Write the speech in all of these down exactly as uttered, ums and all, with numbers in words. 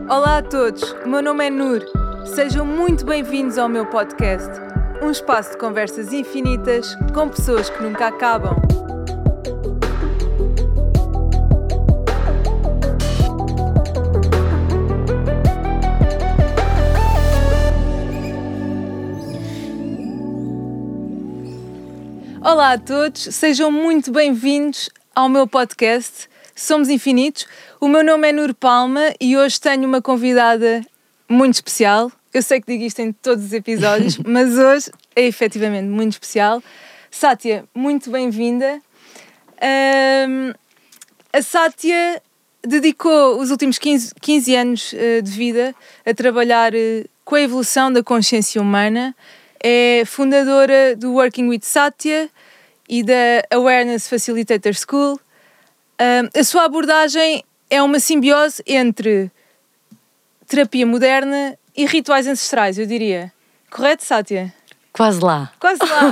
Olá a todos, o meu nome é Nur. Sejam muito bem-vindos ao meu podcast. Um espaço de conversas infinitas com pessoas que nunca acabam. Olá a todos, sejam muito bem-vindos ao meu podcast. Somos Infinitos. O meu nome é Nur Palma e hoje tenho uma convidada muito especial. Eu sei que digo isto em todos os episódios, mas hoje é efetivamente muito especial. Sátia, muito bem-vinda. Um, a Sátia dedicou os últimos quinze, quinze anos uh, de vida a trabalhar uh, com a evolução da consciência humana. É fundadora do Working with Satya e da Awareness Facilitator School. Uh, a sua abordagem é uma simbiose entre terapia moderna e rituais ancestrais, eu diria. Correto, Sátia? Quase lá. Quase lá.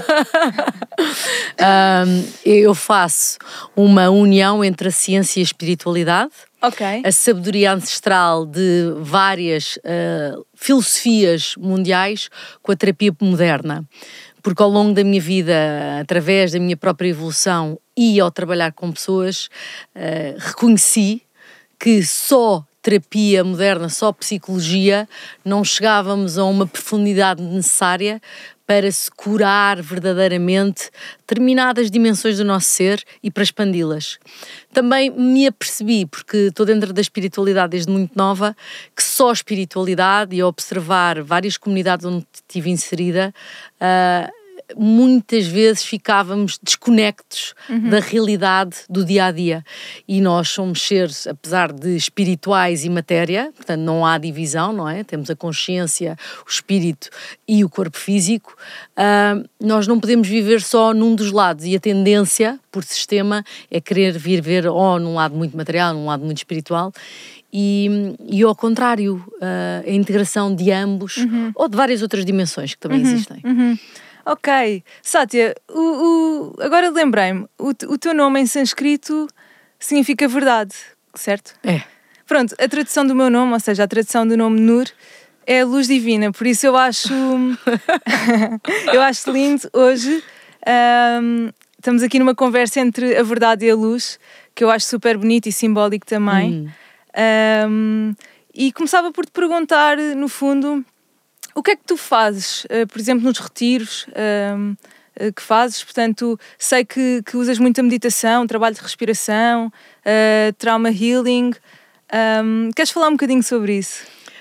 um, eu faço uma união entre a ciência e a espiritualidade, okay. A sabedoria ancestral de várias uh, filosofias mundiais com a terapia moderna. Porque ao longo da minha vida, através da minha própria evolução e ao trabalhar com pessoas, uh, reconheci que só terapia moderna, só psicologia, não chegávamos a uma profundidade necessária para se curar verdadeiramente determinadas dimensões do nosso ser e para expandi-las. Também me apercebi, porque estou dentro da espiritualidade desde muito nova, que só a espiritualidade e a observar várias comunidades onde estive inserida, uh, muitas vezes ficávamos desconectos uhum. da realidade do dia-a-dia. E nós somos seres, apesar de espirituais e matéria, portanto não há divisão, não é? Temos a consciência, o espírito e o corpo físico. Uh, nós não podemos viver só num dos lados e a tendência, por sistema, é querer viver ou num lado muito material, num lado muito espiritual. E, e ao contrário, uh, a integração de ambos uhum. ou de várias outras dimensões que também uhum. existem. Uhum. Ok. Sátia, o, o, agora lembrei-me, o, o teu nome em sânscrito significa verdade, certo? É. Pronto, a tradução do meu nome, ou seja, a tradução do nome Nur, é luz divina, por isso eu acho eu acho lindo hoje um, estamos aqui numa conversa entre a verdade e a luz, que eu acho super bonito e simbólico também. Hum. Um, e começava por te perguntar, no fundo, o que é que tu fazes, uh, por exemplo, nos retiros uh, uh, que fazes? Portanto, sei que, que usas muito a meditação, trabalho de respiração, uh, trauma healing. Um, queres falar um bocadinho sobre isso?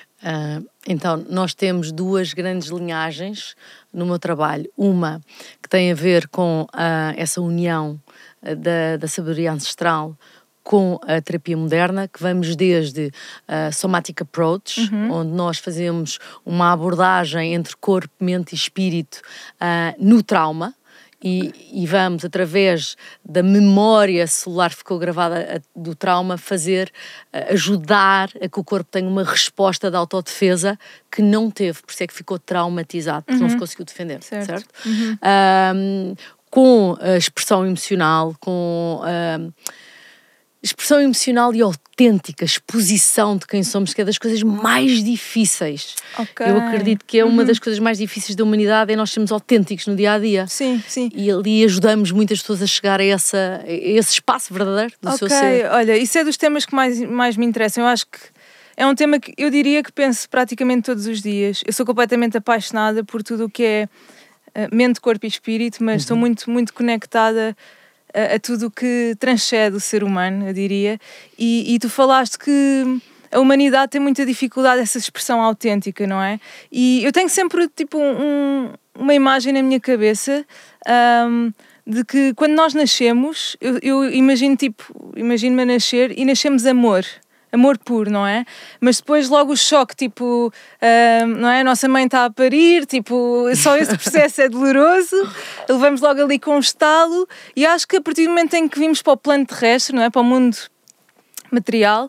Uh, então, nós temos duas grandes linhagens no meu trabalho. Uma que tem a ver com uh, essa união uh, da, da sabedoria ancestral com a terapia moderna, que vamos desde a uh, Somatic Approach, uhum. onde nós fazemos uma abordagem entre corpo, mente e espírito uh, no trauma, e, e vamos, através da memória celular que ficou gravada a, do trauma, fazer, uh, ajudar a que o corpo tenha uma resposta de autodefesa que não teve, por isso é que ficou traumatizado, porque uhum. não se conseguiu defender, certo? certo? Uhum. Um, com a expressão emocional, com... Uh, expressão emocional e autêntica, exposição de quem somos, que é das coisas mais difíceis. Okay. Eu acredito que é uma uhum. das coisas mais difíceis da humanidade, é nós sermos autênticos no dia-a-dia. Sim, sim. E ali ajudamos muitas pessoas a chegar a, essa, a esse espaço verdadeiro do okay. seu ser. Olha, isso é dos temas que mais, mais me interessam. Eu acho que é um tema que eu diria que penso praticamente todos os dias. Eu sou completamente apaixonada por tudo o que é mente, corpo e espírito, mas uhum. estou muito, muito conectada a tudo o que transcende o ser humano, eu diria, e, e tu falaste que a humanidade tem muita dificuldade nessa expressão autêntica, não é? E eu tenho sempre tipo um, uma imagem na minha cabeça um, de que quando nós nascemos, eu, eu imagino tipo, imagino-me a nascer e nascemos amor. Amor puro, não é? Mas depois logo o choque, tipo, uh, não é? A nossa mãe está a parir, tipo, só esse processo é doloroso, levamos logo ali com um estalo, e acho que a partir do momento em que vimos para o plano terrestre, não é? Para o mundo material,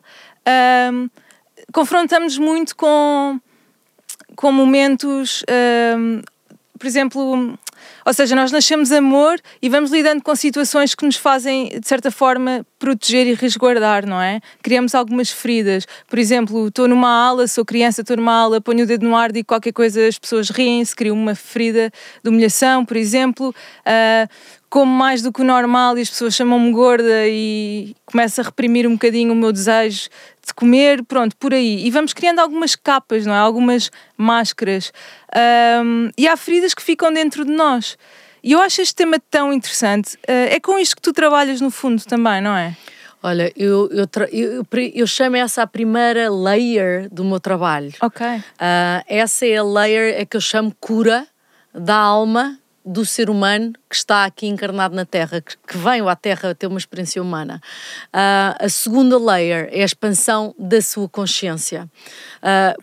uh, confrontamos muito com, com momentos, uh, por exemplo, Ou seja, nós nascemos amor e vamos lidando com situações que nos fazem, de certa forma, proteger e resguardar, não é? Criamos algumas feridas. Por exemplo, estou numa aula, sou criança, estou numa aula, ponho o dedo no ar, digo qualquer coisa, as pessoas riem-se, crio uma ferida de humilhação, por exemplo. Uh, como mais do que o normal e as pessoas chamam-me gorda e começo a reprimir um bocadinho o meu desejo de comer, pronto, por aí. E vamos criando algumas capas, não é? Algumas máscaras. Um, e há feridas que ficam dentro de nós. E eu acho este tema tão interessante. Uh, é com isto que tu trabalhas no fundo também, não é? Olha, eu, eu, tra- eu, eu, eu chamo essa a primeira layer do meu trabalho. Ok. Uh, essa é a layer é que eu chamo cura da alma do ser humano que está aqui encarnado na Terra, que, que veio à Terra ter uma experiência humana. Uh, a segunda layer é a expansão da sua consciência. Uh,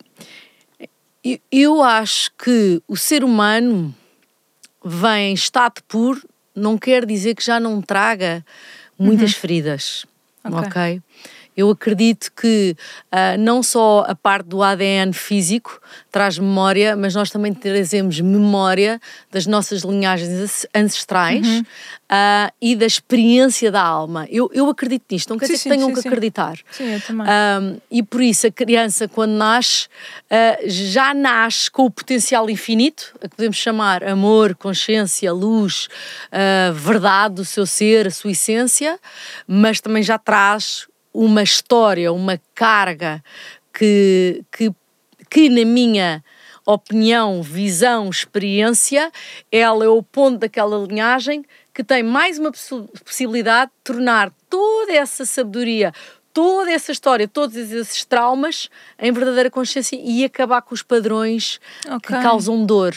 eu, eu acho que o ser humano vem em estado puro, não quer dizer que já não traga muitas uhum. feridas, ok? okay? Eu acredito que uh, não só a parte do A D N físico traz memória, mas nós também trazemos memória das nossas linhagens ancestrais uhum. uh, e da experiência da alma. Eu, eu acredito nisto, não quer dizer que tenham sim, que sim. acreditar. Sim, eu também. Um, e por isso a criança, quando nasce, uh, já nasce com o potencial infinito, a que podemos chamar amor, consciência, luz, uh, verdade do seu ser, a sua essência, mas também já traz uma história, uma carga que, que, que na minha opinião, visão, experiência, ela é o ponto daquela linhagem que tem mais uma possibilidade de tornar toda essa sabedoria, toda essa história, todos esses traumas em verdadeira consciência e acabar com os padrões okay. que causam dor.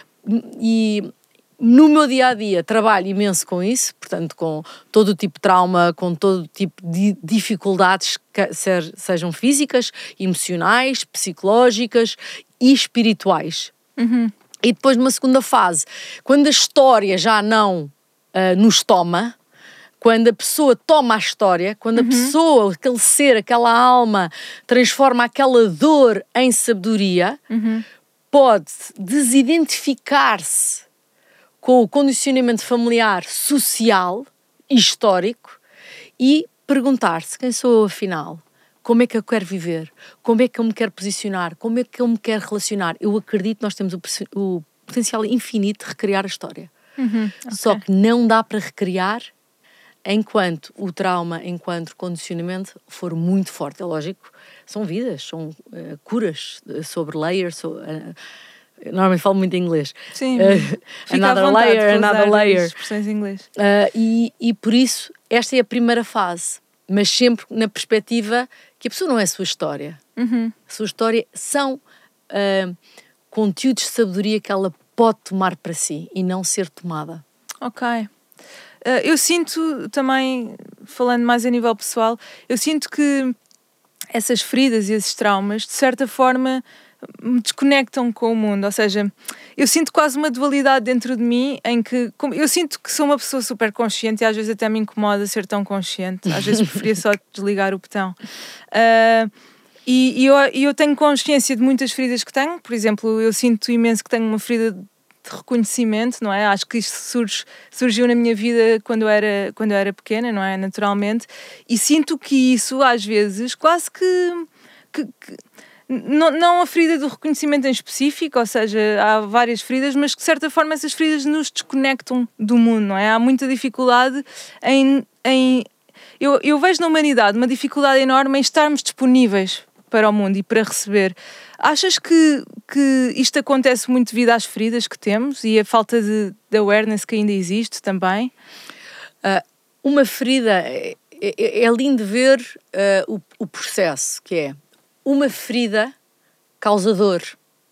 E no meu dia-a-dia trabalho imenso com isso, portanto com todo o tipo de trauma, com todo o tipo de dificuldades, sejam físicas, emocionais, psicológicas e espirituais. Uhum. E depois numa segunda fase, quando a história já não uh, nos toma, quando a pessoa toma a história, quando a uhum. pessoa, aquele ser, aquela alma, transforma aquela dor em sabedoria, uhum. pode desidentificar-se com o condicionamento familiar, social e histórico e perguntar-se quem sou eu afinal, como é que eu quero viver, como é que eu me quero posicionar, como é que eu me quero relacionar. Eu acredito que nós temos o, o potencial infinito de recriar a história. Uhum, okay. Só que não dá para recriar enquanto o trauma, enquanto condicionamento for muito forte. É lógico, são vidas, são uh, curas sobre layers, so, uh, normalmente falo muito em inglês. Sim, uh, another layer, another layer. Expressões em inglês. Uh, e, e por isso, esta é a primeira fase, mas sempre na perspectiva que a pessoa não é a sua história. Uhum. A sua história são uh, conteúdos de sabedoria que ela pode tomar para si e não ser tomada. Ok. Uh, eu sinto também, falando mais a nível pessoal, eu sinto que essas feridas e esses traumas, de certa forma, me desconectam com o mundo, ou seja, eu sinto quase uma dualidade dentro de mim em que, como, eu sinto que sou uma pessoa super consciente e às vezes até me incomoda ser tão consciente, às vezes preferia só desligar o botão. Uh, e, e eu, eu tenho consciência de muitas feridas que tenho, por exemplo, eu sinto imenso que tenho uma ferida de reconhecimento, não é? Acho que isto surge, surgiu na minha vida quando eu, era, quando eu era pequena, não é? Naturalmente, e sinto que isso às vezes quase que... que, que Não, não a ferida do reconhecimento em específico, ou seja, há várias feridas, mas que de certa forma essas feridas nos desconectam do mundo, não é? Há muita dificuldade em... em eu, eu vejo na humanidade uma dificuldade enorme em estarmos disponíveis para o mundo e para receber. Achas que, que isto acontece muito devido às feridas que temos e a falta de, de awareness que ainda existe também? Uh, uma ferida, é, é, é lindo ver uh, o, o processo, que é uma ferida causa dor.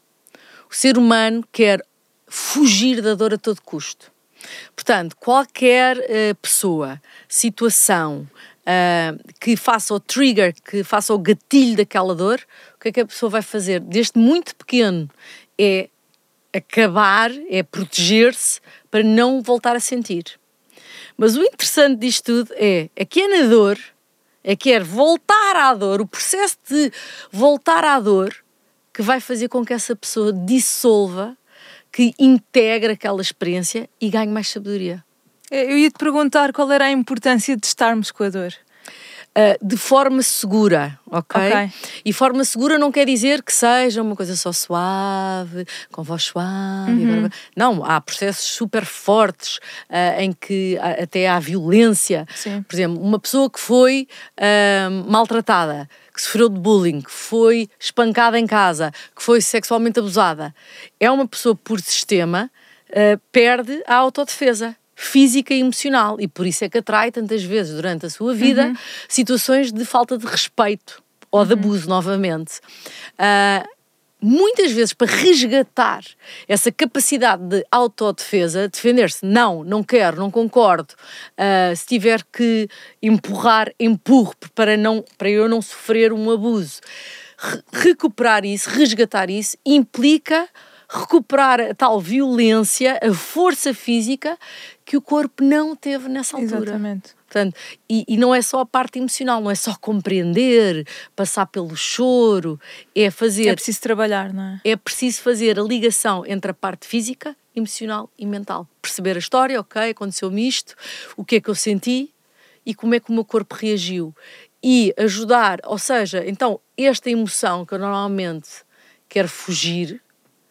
O ser humano quer fugir da dor a todo custo. Portanto, qualquer uh, pessoa, situação uh, que faça o trigger, que faça o gatilho daquela dor, o que é que a pessoa vai fazer? Desde muito pequeno é acabar, é proteger-se para não voltar a sentir. Mas o interessante disto tudo é, é que é na dor, é que é voltar à dor, o processo de voltar à dor, que vai fazer com que essa pessoa dissolva, que integre aquela experiência e ganhe mais sabedoria. Eu ia-te perguntar qual era a importância de estarmos com a dor. Uh, de forma segura, ok? Ok. E forma segura não quer dizer que seja uma coisa só suave, com voz suave. Uhum. Agora... Não, há processos super fortes uh, em que há, até há violência. Sim. Por exemplo, uma pessoa que foi uh, maltratada, que sofreu de bullying, que foi espancada em casa, que foi sexualmente abusada, é uma pessoa por sistema, uh, perde a autodefesa física e emocional, e por isso é que atrai tantas vezes durante a sua vida uhum. situações de falta de respeito ou de abuso, uhum. novamente. Uh, muitas vezes, para resgatar essa capacidade de autodefesa, defender-se, não, não quero, não concordo, uh, se tiver que empurrar, empurro para, não, para eu não sofrer um abuso. Re- recuperar isso, resgatar isso, implica recuperar a tal violência, a força física que o corpo não teve nessa altura. Exatamente. Portanto, e, e não é só a parte emocional, não é só compreender, passar pelo choro, é fazer... É preciso trabalhar, não é? É preciso fazer a ligação entre a parte física, emocional e mental. Perceber a história, ok, aconteceu-me isto, o que é que eu senti e como é que o meu corpo reagiu. E ajudar, ou seja, então, esta emoção que eu normalmente quero fugir,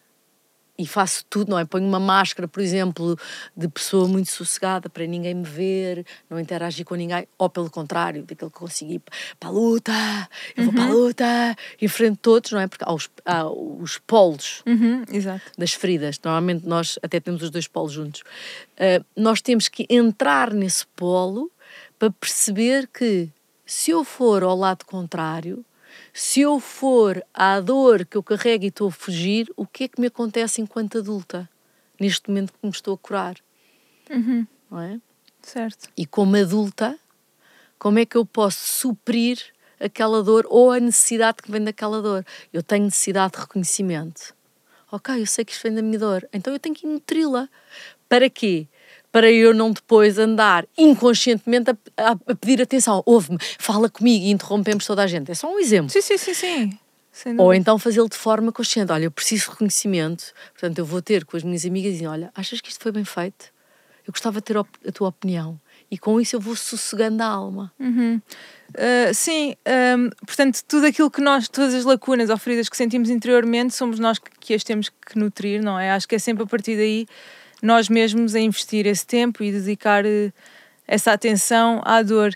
e faço tudo, não é? Ponho uma máscara, por exemplo, de pessoa muito sossegada para ninguém me ver, não interagir com ninguém, ou pelo contrário, daquilo que consegui para a luta, eu vou uhum. para a luta, enfrento todos, não é? Porque há os, há os polos uhum, exato. das feridas, normalmente nós até temos os dois polos juntos. Uh, nós temos que entrar nesse polo para perceber que se eu for ao lado contrário, se eu for à dor que eu carrego e estou a fugir, o que é que me acontece enquanto adulta, neste momento que me estou a curar? Uhum. Não é? Certo. E como adulta, como é que eu posso suprir aquela dor ou a necessidade que vem daquela dor? Eu tenho necessidade de reconhecimento. Ok, eu sei que isto vem da minha dor, então eu tenho que nutri-la. Para quê? Para eu não depois andar inconscientemente a, a, a pedir atenção. Ouve-me, fala comigo e interrompemos toda a gente. É só um exemplo. Sim, sim, sim, sim. Ou então fazê-lo de forma consciente. Olha, eu preciso de reconhecimento. Portanto, eu vou ter com as minhas amigas e dizer, olha, achas que isto foi bem feito? Eu gostava de ter a, a tua opinião. E com isso eu vou sossegando a alma. Uhum. Uh, sim, um, portanto, tudo aquilo que nós, todas as lacunas ou feridas que sentimos interiormente, somos nós que, que as temos que nutrir, não é? Acho que é sempre a partir daí nós mesmos a investir esse tempo e dedicar uh, essa atenção à dor.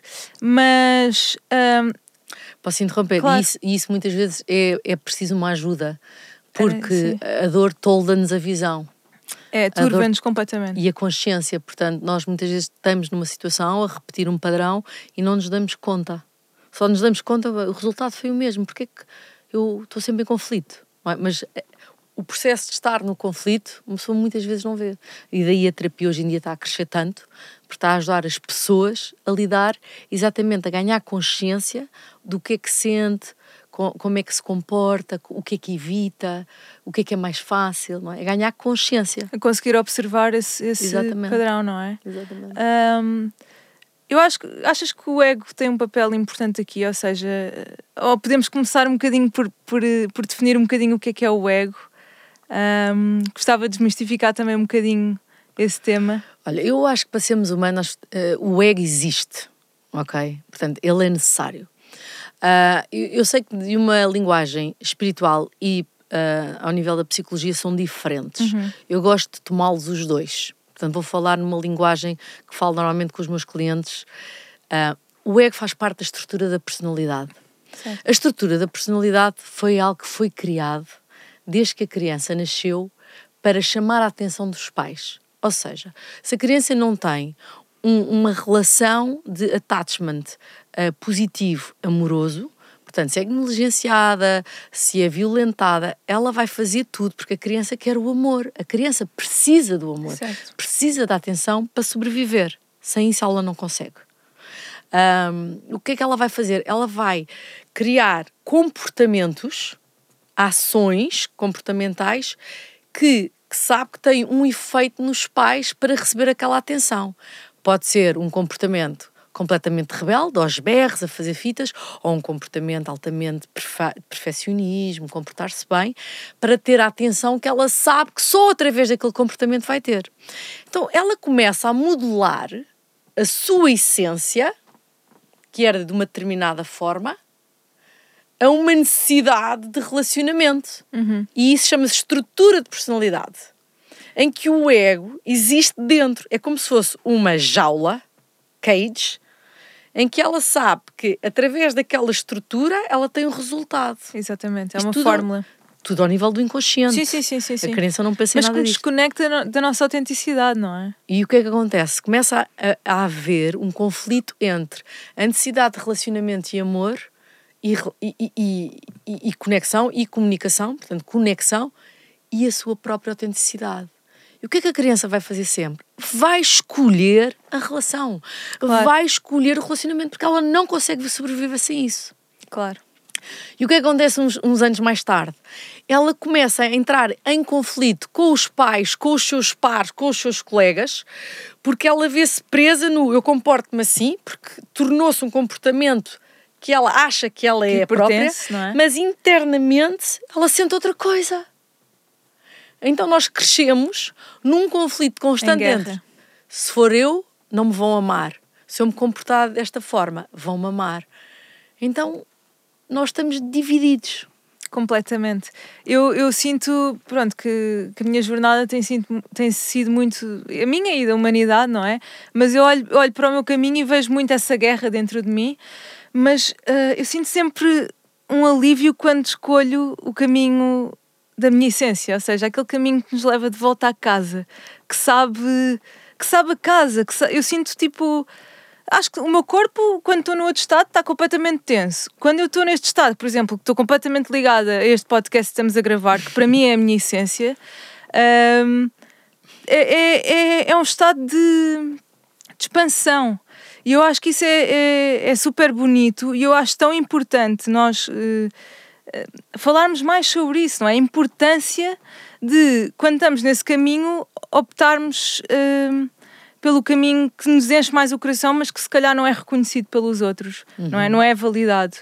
Mas... Um, Posso interromper? Claro. E, isso, e isso muitas vezes é, é preciso uma ajuda, porque é, a dor tolda-nos a visão. É, turva-nos completamente. E a consciência, portanto, nós muitas vezes estamos numa situação a repetir um padrão e não nos damos conta. Só nos damos conta, o resultado foi o mesmo. Porque é que eu estou sempre em conflito? Não é? Mas o processo de estar no conflito, uma pessoa muitas vezes não vê. E daí a terapia hoje em dia está a crescer tanto, porque está a ajudar as pessoas a lidar exatamente, a ganhar consciência do que é que sente, como é que se comporta, o que é que evita, o que é que é mais fácil, não é? É ganhar consciência. A conseguir observar esse, esse padrão, não é? Exatamente. Um, eu acho que, achas que o ego tem um papel importante aqui, ou seja, ou podemos começar um bocadinho por, por, por definir um bocadinho o que é que é o ego. Um, gostava de desmistificar também um bocadinho esse tema. Olha, eu acho que para sermos humanos uh, o ego existe, ok? Portanto, ele é necessário. Uh, eu, eu sei que de uma linguagem espiritual e uh, ao nível da psicologia são diferentes. Uhum. Eu gosto de tomá-los os dois. Portanto, vou falar numa linguagem que falo normalmente com os meus clientes. Uh, o ego faz parte da estrutura da personalidade. Certo. A estrutura da personalidade foi algo que foi criado desde que a criança nasceu para chamar a atenção dos pais. Ou seja, se a criança não tem um, uma relação de attachment uh, positivo, amoroso, portanto, se é negligenciada, se é violentada, ela vai fazer tudo, porque a criança quer o amor. A criança precisa do amor, certo. Precisa da atenção para sobreviver. Sem isso ela não consegue. Um, o que é que ela vai fazer? Ela vai criar comportamentos, ações comportamentais que, que sabe que têm um efeito nos pais para receber aquela atenção. Pode ser um comportamento completamente rebelde, aos berros, a fazer fitas, ou um comportamento altamente perfe- perfeccionismo, comportar-se bem, para ter a atenção que ela sabe que só através daquele comportamento vai ter. Então ela começa a modular a sua essência, que era de uma determinada forma, a uma necessidade de relacionamento. Uhum. E isso chama-se estrutura de personalidade, em que o ego existe dentro. É como se fosse uma jaula, cage, em que ela sabe que, através daquela estrutura, ela tem um resultado. Exatamente, é Isto uma tudo, fórmula. Tudo ao nível do inconsciente. Sim, sim, sim, sim, sim. A criança não pensa em Mas nada que nos disto. desconecta no- da nossa autenticidade, não é? E o que é que acontece? Começa a, a haver um conflito entre a necessidade de relacionamento e amor e, e, e, e, e conexão e comunicação, portanto, conexão e a sua própria autenticidade. E o que é que a criança vai fazer sempre? Vai escolher a relação. Claro. Vai escolher o relacionamento, porque ela não consegue sobreviver sem isso. Claro. E o que acontece uns, uns anos mais tarde? Ela começa a entrar em conflito com os pais, com os seus pares, com os seus colegas, porque ela vê-se presa no eu comporto-me assim, porque tornou-se um comportamento que ela acha que ela Que é a própria, pertence, não é? mas internamente ela sente outra coisa. Então nós crescemos num conflito constante Em guerra. entre se for eu, não me vão amar. Se eu me comportar desta forma, vão-me amar. Então nós estamos divididos. Completamente. Eu, eu sinto, pronto, que, que a minha jornada tem sido, tem sido muito, a minha e da humanidade, não é? Mas eu olho, olho para o meu caminho e vejo muito essa guerra dentro de mim, mas uh, eu sinto sempre um alívio quando escolho o caminho da minha essência, ou seja, aquele caminho que nos leva de volta à casa, que sabe, que sabe a casa, que sabe, eu sinto tipo... Acho que o meu corpo, quando estou no outro estado, está completamente tenso. Quando eu estou neste estado, por exemplo, que estou completamente ligada a este podcast que estamos a gravar, que para mim é a minha essência, um, é, é, é, é um estado de, de expansão. E eu acho que isso é, é, é super bonito e eu acho tão importante nós uh, uh, falarmos mais sobre isso, não é? A importância de, quando estamos nesse caminho, optarmos... Uh, pelo caminho que nos enche mais o coração, mas que se calhar não é reconhecido pelos outros, uhum. não é? Não é validado.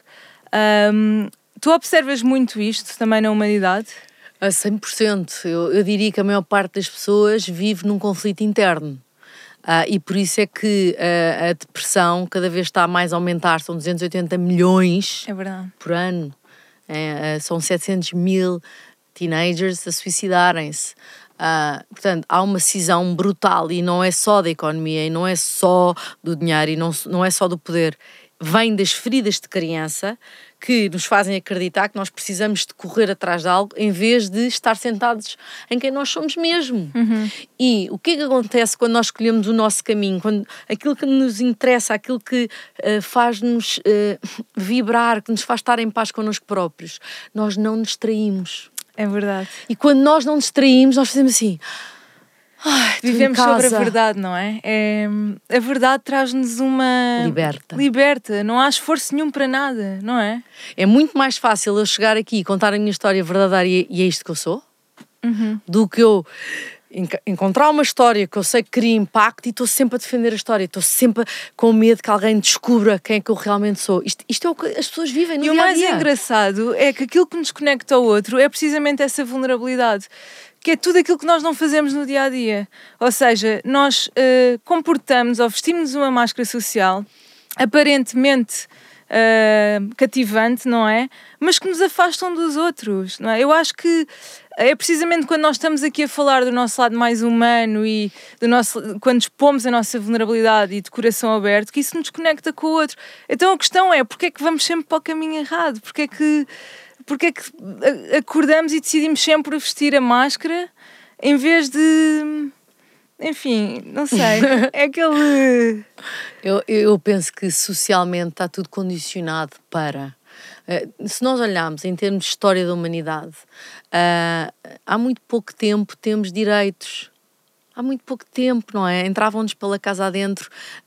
Um, tu observas muito isto também na humanidade? A cem por cento. Eu, eu diria que a maior parte das pessoas vive num conflito interno. Uh, e por isso é que uh, a depressão cada vez está mais a aumentar. São duzentos e oitenta milhões é verdade. por ano. É, uh, são setecentos mil teenagers a suicidarem-se. Uh, portanto, há uma cisão brutal e não é só da economia e não é só do dinheiro e não, não é só do poder. Vem das feridas de criança que nos fazem acreditar que nós precisamos de correr atrás de algo em vez de estar sentados em quem nós somos mesmo. Uhum. E o que é que acontece quando nós escolhemos o nosso caminho? Quando aquilo que nos interessa, aquilo que uh, faz-nos uh, vibrar, que nos faz estar em paz connosco próprios, nós não nos distraímos. É verdade. E quando nós não nos distraímos, nós fazemos assim... Ai, vivemos sobre a verdade, não é? é a verdade traz-nos uma... Liberta. Liberta. Não há esforço nenhum para nada, não é? É muito mais fácil eu chegar aqui e contar a minha história verdadeira e é isto que eu sou, uhum. do que eu encontrar uma história que eu sei que cria impacto e estou sempre a defender a história, estou sempre com medo que alguém descubra quem é que eu realmente sou. Isto, isto é o que as pessoas vivem no dia a dia. E o mais engraçado é que aquilo que nos conecta ao outro é precisamente essa vulnerabilidade, que é tudo aquilo que nós não fazemos no dia-a-dia. Ou seja, nós uh, comportamos ou vestimos uma máscara social aparentemente uh, cativante, não é? Mas que nos afastam dos outros, não é? Eu acho que é precisamente quando nós estamos aqui a falar do nosso lado mais humano e do nosso, quando expomos a nossa vulnerabilidade e de coração aberto, que isso nos conecta com o outro. Então a questão é, porque é que vamos sempre para o caminho errado? Porque é que, porque é que acordamos e decidimos sempre vestir a máscara em vez de... Enfim, não sei, é aquele... Eu, eu penso que socialmente está tudo condicionado para... Uh, se nós olharmos em termos de história da humanidade, uh, há muito pouco tempo temos direitos. Há muito pouco tempo, não é? Entravam-nos pela casa adentro,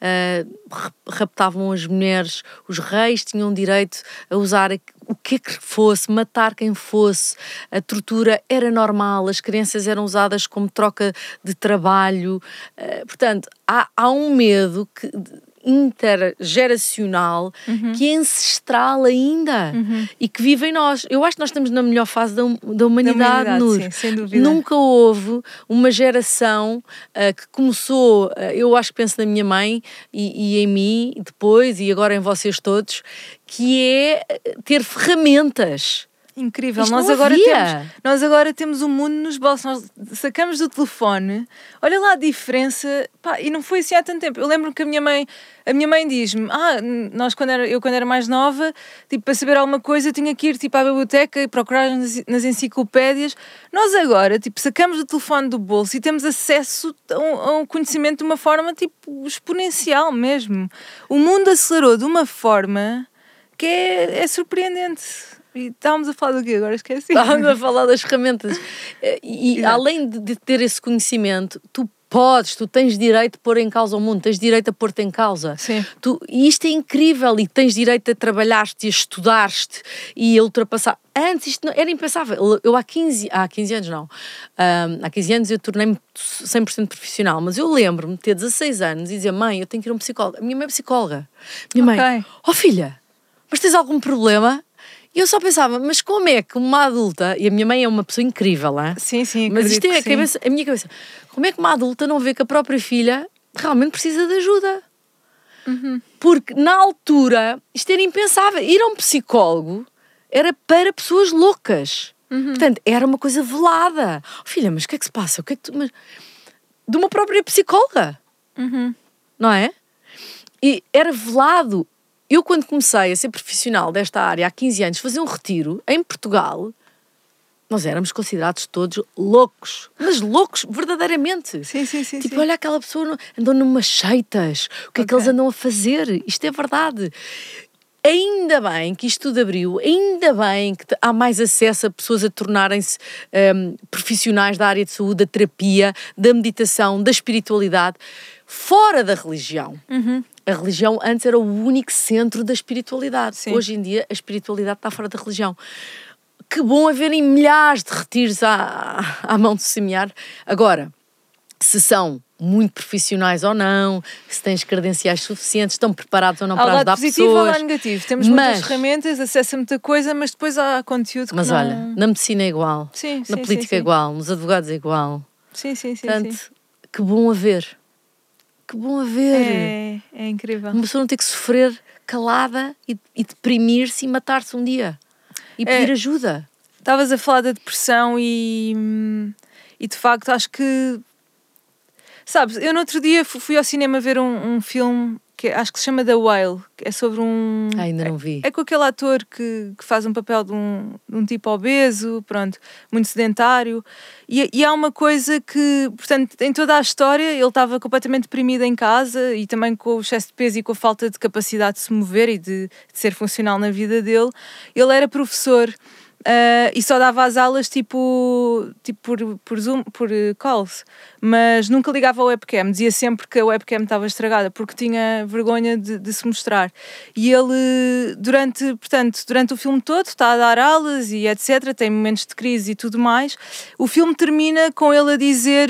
uh, raptavam as mulheres, os reis tinham direito a usar o que é que fosse, matar quem fosse, a tortura era normal, as crianças eram usadas como troca de trabalho. Uh, portanto, há, há um medo que, intergeracional uhum. que é ancestral ainda uhum. e que vive em nós. Eu acho que nós estamos na melhor fase da, da humanidade, da humanidade Nur. Sim, sem dúvida. Nunca houve uma geração uh, que começou, uh, eu acho que penso na minha mãe e, e em mim depois e agora em vocês todos, que é ter ferramentas. Incrível, Isto nós não agora, havia. temos, nós agora temos o mundo nos bolsos, nós sacamos do telefone, olha lá a diferença, pá, e não foi assim há tanto tempo. Eu lembro que a minha mãe, a minha mãe diz-me, ah, nós quando era, eu quando era mais nova, tipo, para saber alguma coisa tinha que ir tipo, à biblioteca e procurar nas, nas enciclopédias. Nós agora, tipo, sacamos o telefone do bolso e temos acesso a um, a um conhecimento de uma forma, tipo, exponencial mesmo. O mundo acelerou de uma forma que é, é surpreendente. E estávamos a falar do quê? Agora esqueci. Estávamos a falar das ferramentas. E Exato. Além de ter esse conhecimento, tu podes, tu tens direito de pôr em causa o mundo, tens direito a pôr-te em causa. Sim. Tu, e isto é incrível, e tens direito a trabalhar-te, a estudar-te e a ultrapassar. Antes isto não, era impensável. Eu há quinze, há quinze anos não, um, há quinze anos eu tornei-me cem por cento profissional, mas eu lembro-me de ter dezasseis anos e dizer, mãe, eu tenho que ir a um psicólogo. A minha mãe é psicóloga. Minha okay. mãe, oh filha, mas tens algum problema? E eu só pensava, mas como é que uma adulta, e a minha mãe é uma pessoa incrível, hein? Sim, sim, mas isto é a, sim. cabeça, a minha cabeça, como é que uma adulta não vê que a própria filha realmente precisa de ajuda? Uhum. Porque na altura, isto era impensável, ir a um psicólogo era para pessoas loucas, uhum. portanto, era uma coisa velada. Oh, filha, mas o que é que se passa? O que é que tu... mas... De uma própria psicóloga, uhum. não é? E era velado. Eu, quando comecei a ser profissional desta área há quinze anos, fazer um retiro em Portugal, nós éramos considerados todos loucos. Mas loucos, verdadeiramente. Sim, sim, sim. Tipo, sim. olha aquela pessoa, andou numas seitas. O que okay. é que eles andam a fazer? Isto é verdade. Ainda bem que isto tudo abriu, ainda bem que há mais acesso a pessoas a tornarem-se um, profissionais da área de saúde, da terapia, da meditação, da espiritualidade, fora da religião. Uhum. A religião antes era o único centro da espiritualidade. Sim. Hoje em dia a espiritualidade está fora da religião. Que bom haverem milhares de retiros à, à mão de semear. Agora, se são muito profissionais ou não, se tens credenciais suficientes, estão preparados ou não para ajudar pessoas. Há o lado positivo ou o lado negativo. Temos mas, muitas ferramentas, acesso a muita coisa, mas depois há conteúdo que mas não... Mas olha, na medicina é igual, sim, na sim, política sim, sim. é igual, nos advogados é igual. Sim, sim, sim. Portanto, sim. que bom haver. Que bom haver. É, é incrível. Uma pessoa não ter que sofrer calada e, e deprimir-se e matar-se um dia. E pedir é, ajuda. Estavas a falar da depressão e, e de facto acho que... Sabes, eu no outro dia fui ao cinema ver um, um filme que acho que se chama The Whale, que é sobre um... Ah, ainda não vi. É, é com aquele ator que, que faz um papel de um, de um tipo obeso, pronto, muito sedentário. E, e há uma coisa que, portanto, em toda a história ele estava completamente deprimido em casa e também com o excesso de peso e com a falta de capacidade de se mover e de, de ser funcional na vida dele. Ele era professor uh, e só dava as aulas tipo, tipo por, por Zoom, por uh, calls, mas nunca ligava ao webcam. Dizia sempre que a webcam estava estragada porque tinha vergonha de, de se mostrar. E ele, durante, portanto, durante o filme todo, está a dar aulas e etcétera, tem momentos de crise e tudo mais. O filme termina com ele a dizer,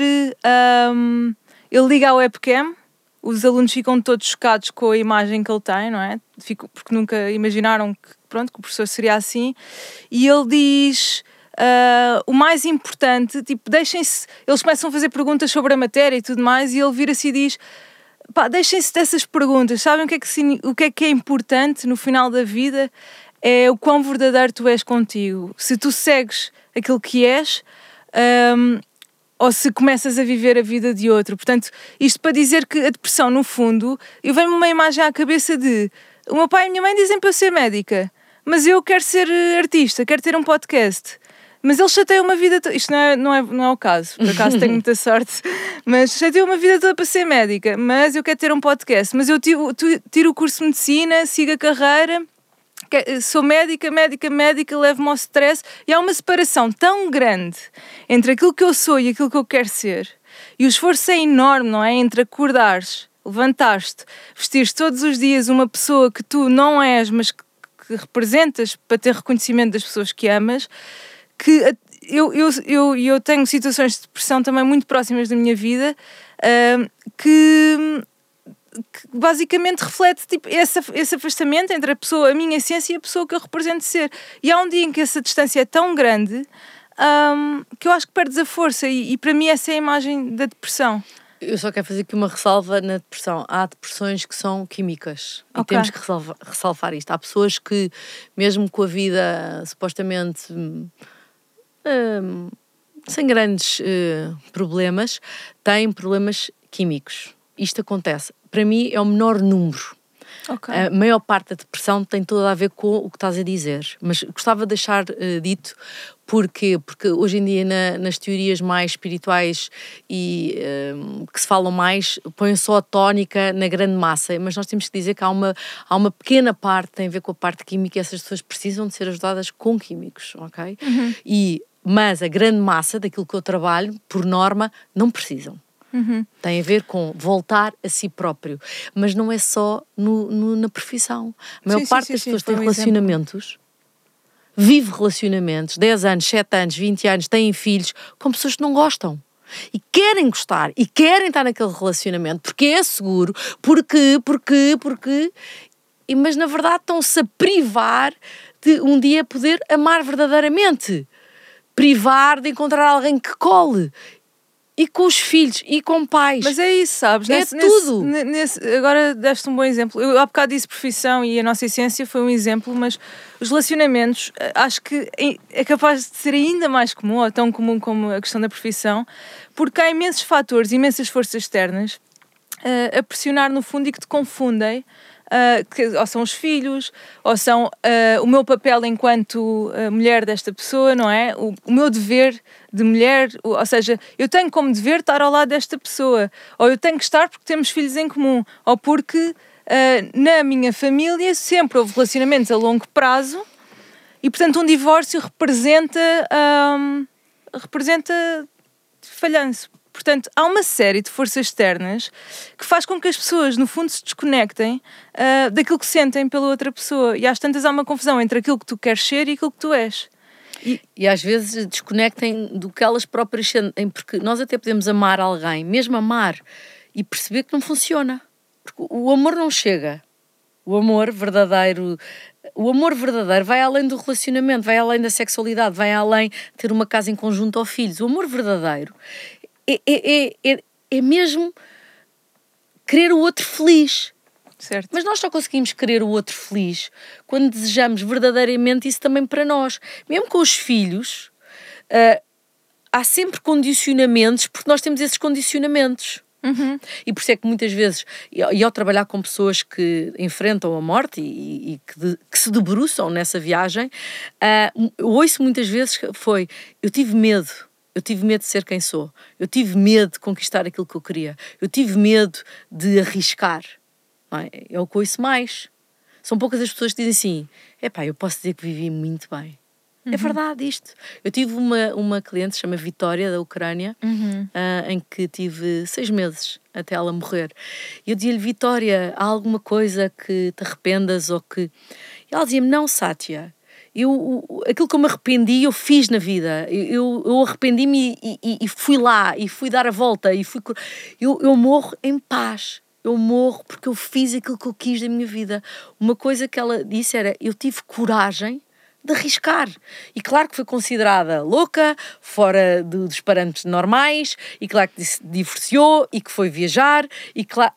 um, ele liga ao webcam, os alunos ficam todos chocados com a imagem que ele tem, não é? Fico, porque nunca imaginaram que, pronto, que o professor seria assim. E ele diz... Uh, o mais importante, tipo, deixem-se... Eles começam a fazer perguntas sobre a matéria e tudo mais, e ele vira-se e diz... Pá, deixem-se dessas perguntas. Sabem o que, é que, o que é que é importante no final da vida? É o quão verdadeiro tu és contigo. Se tu segues aquilo que és... Um, ou se começas a viver a vida de outro. Portanto, isto para dizer que a depressão, no fundo, eu venho-me uma imagem à cabeça de... O meu pai e a minha mãe dizem para eu ser médica, mas eu quero ser artista, quero ter um podcast. Mas eles chateiam uma vida... To... Isto não é, não, é, não é o caso, por acaso tenho muita sorte, mas chateiam uma vida toda para ser médica, mas eu quero ter um podcast. Mas eu tiro, tiro o curso de medicina, sigo a carreira... Sou médica, médica, médica, levo-me ao stress e há uma separação tão grande entre aquilo que eu sou e aquilo que eu quero ser, e o esforço é enorme, não é? Entre acordares, levantares-te, vestires todos os dias uma pessoa que tu não és, mas que, que representas para ter reconhecimento das pessoas que amas, que eu, eu, eu, eu tenho situações de depressão também muito próximas da minha vida, uh, que... que basicamente reflete tipo, esse, esse afastamento entre a pessoa, a minha essência e a pessoa que eu represento ser. E há um dia em que essa distância é tão grande um, que eu acho que perdes a força e, e para mim essa é a imagem da depressão. Eu só quero fazer aqui uma ressalva na depressão. Há depressões que são químicas e Okay. temos que ressalvar, ressalvar isto. Há pessoas que, mesmo com a vida supostamente hum, hum, sem grandes uh, problemas, têm problemas químicos. Isto acontece. Para mim é o menor número. Okay. A maior parte da depressão tem toda a ver com o que estás a dizer. Mas gostava de deixar uh, dito porquê? Porque hoje em dia na, nas teorias mais espirituais e uh, que se falam mais, põem só a tónica na grande massa, mas nós temos que dizer que há uma, há uma pequena parte que tem a ver com a parte química e essas pessoas precisam de ser ajudadas com químicos, ok? Uhum. E, mas a grande massa daquilo que eu trabalho, por norma, não precisam. Uhum. Tem a ver com voltar a si próprio. Mas não é só no, no, na profissão. A maior Sim, sim, parte sim, das sim, pessoas foi tem um relacionamentos, vive relacionamentos, dez anos, sete anos, vinte anos, têm filhos, com pessoas que não gostam. E querem gostar, e querem estar naquele relacionamento, porque é seguro, porque, porque, porque... E, mas na verdade estão-se a privar de um dia poder amar verdadeiramente. Privar de encontrar alguém que cole. E com os filhos, e com pais. Mas é isso, sabes? É Nesse, tudo. Nesse, nesse, agora deste um bom exemplo. Eu há bocado disse profissão e a nossa essência foi um exemplo, mas os relacionamentos acho que é capaz de ser ainda mais comum, ou tão comum como a questão da profissão, porque há imensos fatores, imensas forças externas uh, a pressionar no fundo e que te confundem. Uh, que ou são os filhos, ou são uh, o meu papel enquanto uh, mulher desta pessoa, não é? O, o meu dever de mulher, o, ou seja, eu tenho como dever estar ao lado desta pessoa, ou eu tenho que estar porque temos filhos em comum, ou porque uh, na minha família sempre houve relacionamentos a longo prazo e, portanto, um divórcio representa, um, representa falhanço. Portanto, há uma série de forças externas que faz com que as pessoas, no fundo, se desconectem uh, daquilo que sentem pela outra pessoa. E às tantas há uma confusão entre aquilo que tu queres ser e aquilo que tu és. E, e às vezes desconectem do que elas próprias sentem, porque nós até podemos amar alguém, mesmo amar, e perceber que não funciona. Porque o amor não chega. O amor verdadeiro... O amor verdadeiro vai além do relacionamento, vai além da sexualidade, vai além de ter uma casa em conjunto ou filhos. O amor verdadeiro... É, é, é, é mesmo querer o outro feliz. Certo. Mas nós só conseguimos querer o outro feliz quando desejamos verdadeiramente isso também para nós. Mesmo com os filhos, uh, há sempre condicionamentos, porque nós temos esses condicionamentos. Uhum. E por isso é que muitas vezes, e ao trabalhar com pessoas que enfrentam a morte e, e que, de, que se debruçam nessa viagem, uh, eu ouço muitas vezes que foi, eu tive medo. Eu tive medo de ser quem sou. Eu tive medo de conquistar aquilo que eu queria. Eu tive medo de arriscar. Não é? É o que ouço mais. São poucas as pessoas que dizem assim, epá, eu posso dizer que vivi muito bem. Uhum. É verdade isto. Eu tive uma, uma cliente, se chama Vitória, da Ucrânia, uhum. uh, em que tive seis meses até ela morrer. E eu dizia-lhe, Vitória, há alguma coisa que te arrependas ou que... E ela dizia-me, não, Sátia, Eu, aquilo que eu me arrependi, eu fiz na vida. Eu, eu arrependi-me e, e, e fui lá, e fui dar a volta, e fui... Eu, eu morro em paz. Eu morro porque eu fiz aquilo que eu quis da minha vida. Uma coisa que ela disse era, eu tive coragem de arriscar. E claro que foi considerada louca, fora do, dos parâmetros normais, e claro que se divorciou, e que foi viajar, e claro...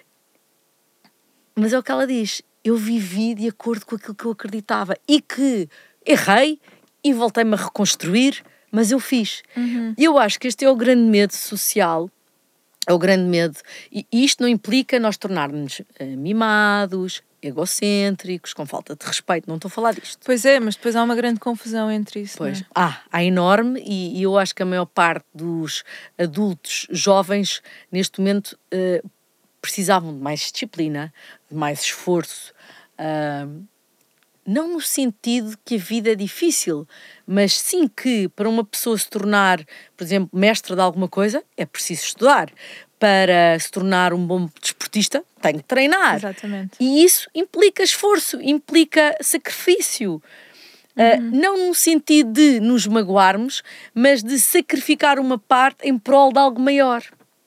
Mas é o que ela diz... Eu vivi de acordo com aquilo que eu acreditava e que errei e voltei-me a reconstruir, mas eu fiz. Uhum. E eu acho que este é o grande medo social, é o grande medo. E isto não implica nós tornarmos uh, mimados, egocêntricos, com falta de respeito. Não estou a falar disto. Pois é, mas depois há uma grande confusão entre isso. Pois, não é? há, há enorme e, e eu acho que a maior parte dos adultos jovens, neste momento... Uh, precisavam de mais disciplina, de mais esforço, uh, não no sentido que a vida é difícil, mas sim que para uma pessoa se tornar, por exemplo, mestre de alguma coisa, é preciso estudar. Para se tornar um bom desportista, tem que treinar. Exatamente. E isso implica esforço, implica sacrifício. Uh, uhum. Não no sentido de nos magoarmos, mas de sacrificar uma parte em prol de algo maior.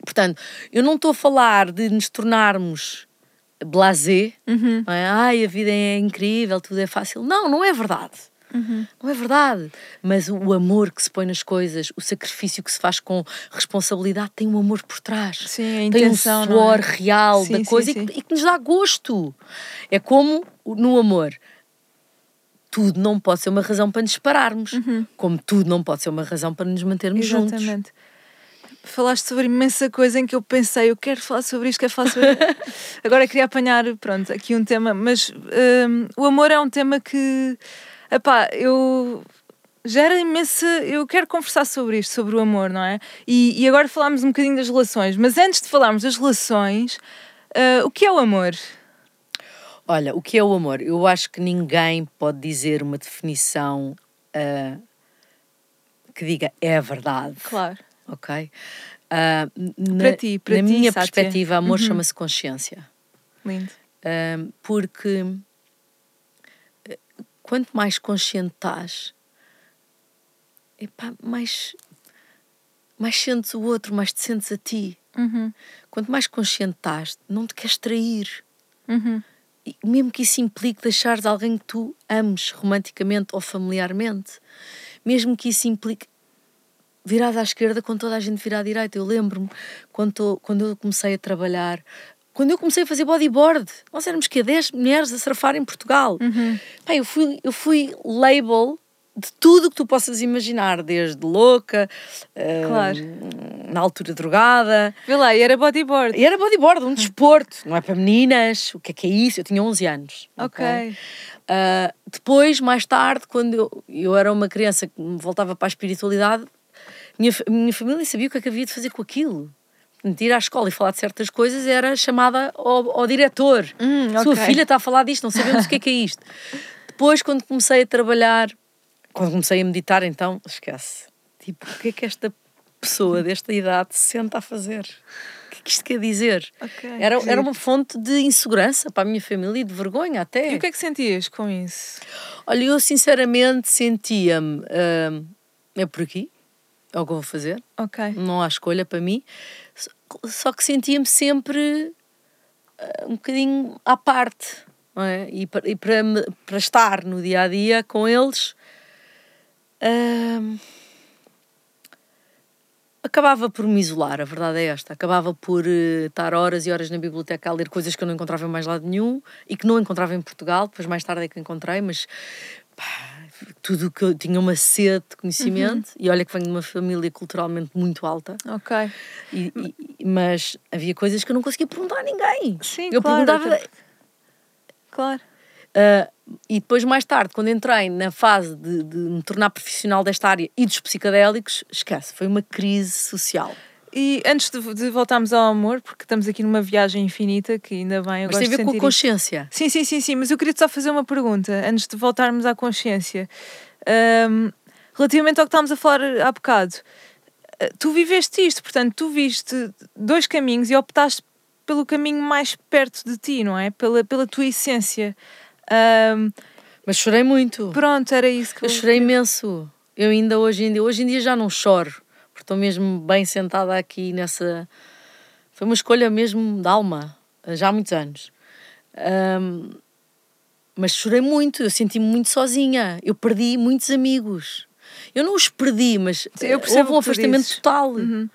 Portanto, eu não estou a falar de nos tornarmos blasé, Uhum. não é? Ai, a vida é incrível, tudo é fácil. Não, não é verdade. Uhum. Não é verdade. Mas o amor que se põe nas coisas, o sacrifício que se faz com responsabilidade, tem um amor por trás. Sim, a tem um intenção, não suor é? real Sim, da sim, coisa sim. E, que, e que nos dá gosto. É como no amor. Tudo não pode ser uma razão para nos pararmos. Uhum. Como tudo não pode ser uma razão para nos mantermos juntos. Exatamente. Falaste sobre imensa coisa em que eu pensei, eu quero falar sobre isto, quero falar sobre Agora queria apanhar, pronto, aqui um tema, mas hum, o amor é um tema que, epá, eu gera imensa, eu quero conversar sobre isto, sobre o amor, não é? E, e agora falámos um bocadinho das relações, mas antes de falarmos das relações, uh, o que é o amor? Olha, o que é o amor? Eu acho que ninguém pode dizer uma definição uh, que diga é a verdade. Claro. Ok? Uh, na, Para ti, para na ti, minha Sátia. perspectiva, amor Uhum. chama-se consciência. Lindo. Uh, porque quanto mais consciente estás, epá, mais, mais sentes o outro, mais te sentes a ti. Uhum. Quanto mais consciente estás, não te queres trair. Uhum. E mesmo que isso implique deixares alguém que tu ames romanticamente ou familiarmente, mesmo que isso implique virado à esquerda quando toda a gente vira à direita. Eu lembro-me quando, tô, quando eu comecei a trabalhar, quando eu comecei a fazer bodyboard, nós éramos que dez mulheres a surfar em Portugal. Uhum. Pá, eu fui, eu fui label de tudo o que tu possas imaginar, desde louca, Claro. uh, na altura drogada. Vê lá, e era bodyboard. E era bodyboard, um desporto, não é para meninas, o que é que é isso? Eu tinha onze anos. Ok. okay? Uh, depois, mais tarde, quando eu, eu era uma criança que me voltava para a espiritualidade, minha, minha família sabia o que é que havia de fazer com aquilo. Ir à escola e falar de certas coisas era chamada ao, ao diretor. Hum, Sua okay. filha está a falar disto, não sabemos o que é que é isto. Depois, quando comecei a trabalhar, quando comecei a meditar, então, esquece. Tipo, o que é que esta pessoa desta idade se senta a fazer? O que é que isto quer dizer? Okay. Era, era uma fonte de insegurança para a minha família e de vergonha até. E o que é que sentias com isso? Olha, eu sinceramente sentia-me... Uh, é por aqui, é o que eu vou fazer. Ok. Não há escolha para mim. Só que sentia-me sempre uh, um bocadinho à parte. Não é? E, para, e para, para estar no dia-a-dia com eles... Uh, acabava por me isolar, a verdade é esta. Acabava por uh, estar horas e horas na biblioteca a ler coisas que eu não encontrava em mais lado nenhum e que não encontrava em Portugal. Depois mais tarde é que encontrei, mas pá, tudo que eu tinha uma sede de conhecimento. Uhum. E olha que venho de uma família culturalmente muito alta. Ok. E, e, mas havia coisas que eu não conseguia perguntar a ninguém. Sim, eu claro. perguntava... Até... Claro. Uh, e depois, mais tarde, quando entrei na fase de, de me tornar profissional desta área e dos psicodélicos, esquece, foi uma crise social. E antes de, de voltarmos ao amor, porque estamos aqui numa viagem infinita, que ainda bem, eu mas gosto tem a ver de com a sentir consciência. Isso. Sim, sim, sim, sim, mas eu queria só fazer uma pergunta, antes de voltarmos à consciência. Um, relativamente ao que estávamos a falar há bocado, tu viveste isto, portanto, tu viste dois caminhos e optaste pelo caminho mais perto de ti, não é? Pela, pela tua essência. Um, mas chorei muito. Pronto, era isso que eu... Eu chorei imenso. Eu ainda hoje em dia... Hoje em dia já não choro, porque estou mesmo bem sentada aqui nessa... Foi uma escolha mesmo de alma, já há muitos anos. Um, mas chorei muito, eu senti-me muito sozinha. Eu perdi muitos amigos. Eu não os perdi, mas Sim, eu houve um afastamento dizes. total. Uhum.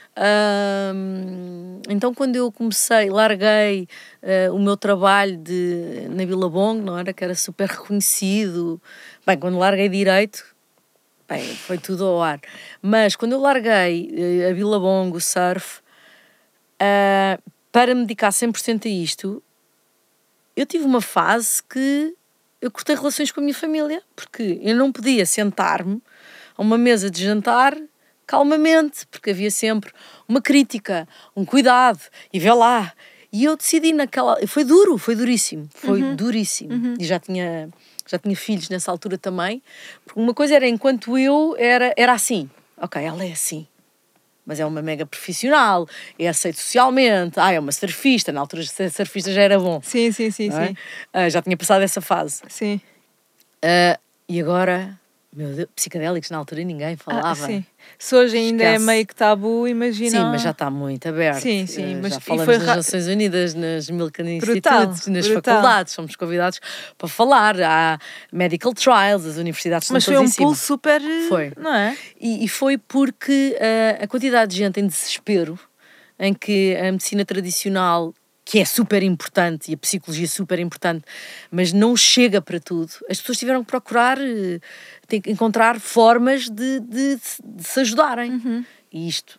Uh, então quando eu comecei, larguei uh, o meu trabalho de, na Billabong, não era? Que era super reconhecido. Bem, quando larguei direito, bem, foi tudo ao ar. Mas quando eu larguei uh, a Billabong, o surf, uh, para me dedicar cem por cento a isto, eu tive uma fase que eu cortei relações com a minha família, porque eu não podia sentar-me a uma mesa de jantar calmamente, porque havia sempre uma crítica, um cuidado, e vê lá. E eu decidi naquela... Foi duro, foi duríssimo, foi uhum. duríssimo. Uhum. E já tinha, já tinha filhos nessa altura também, porque uma coisa era, enquanto eu era, era assim, ok, ela é assim, mas é uma mega profissional, é aceito socialmente, ah, é uma surfista, na altura ser surfista já era bom. Sim, sim, sim, é? sim. Uh, já tinha passado essa fase. Sim. Uh, e agora... Meu Deus, psicadélicos na altura ninguém falava. Ah, sim. Se hoje ainda Esquece. é meio que tabu, imagina. Sim, mas já está muito aberto. Sim, sim, Uh, mas já e falamos foi nas ra- Nações Unidas, nas Milken Brutal, Institutes, nas brutal. faculdades, somos convidados para falar. Há medical trials, as universidades estão Mas foi todas um em cima. pulo super. eh, Foi. Não é? E, e foi porque uh, a quantidade de gente em desespero, em que a medicina tradicional, que é super importante, e a psicologia é super importante, mas não chega para tudo, as pessoas tiveram que procurar, uh, tem que encontrar formas de, de, de se ajudarem. Uhum. E isto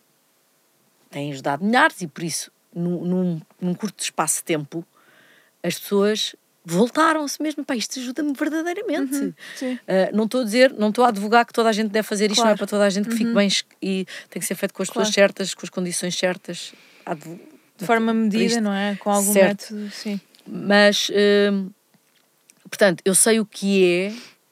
tem ajudado milhares, e por isso, num, num, num curto espaço de tempo, as pessoas voltaram-se mesmo. Pá, isto ajuda-me verdadeiramente. Uhum, sim. Uh, não estou a dizer, não estou a advogar que toda a gente deve fazer isto, Claro. não é para toda a gente que Uhum. fique bem e tem que ser feito com as pessoas Claro. certas, com as condições certas. Advo- De forma para medida, isto. não é? Com algum Certo. método, sim. Mas, hum, portanto, eu sei o que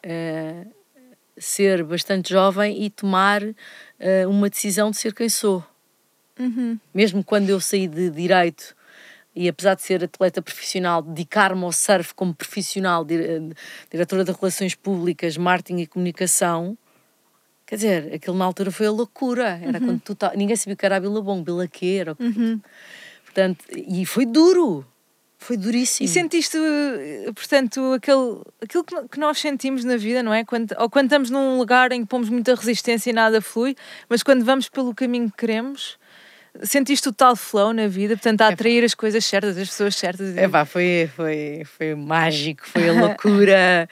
é uh, ser bastante jovem e tomar uh, uma decisão de ser quem sou. Uhum. Mesmo quando eu saí de Direito e, apesar de ser atleta profissional, dedicar-me ao surf como profissional, dire- diretora de Relações Públicas, Marketing e Comunicação, quer dizer, aquilo na altura foi a loucura. Era Uhum. quando tu tá... Ninguém sabia o que era a Billabong, Bilaquê, era o que... Uhum. Portanto, e foi duro. Foi duríssimo. E sentiste, eh, portanto, aquele, aquilo que no- que nós sentimos na vida, não é? Quando, ou quando estamos num lugar em que pomos muita resistência e nada flui, mas quando vamos pelo caminho que queremos, sentiste o tal flow na vida, portanto, a atrair as coisas certas, as pessoas certas. É pá, foi, foi, foi mágico, foi a loucura.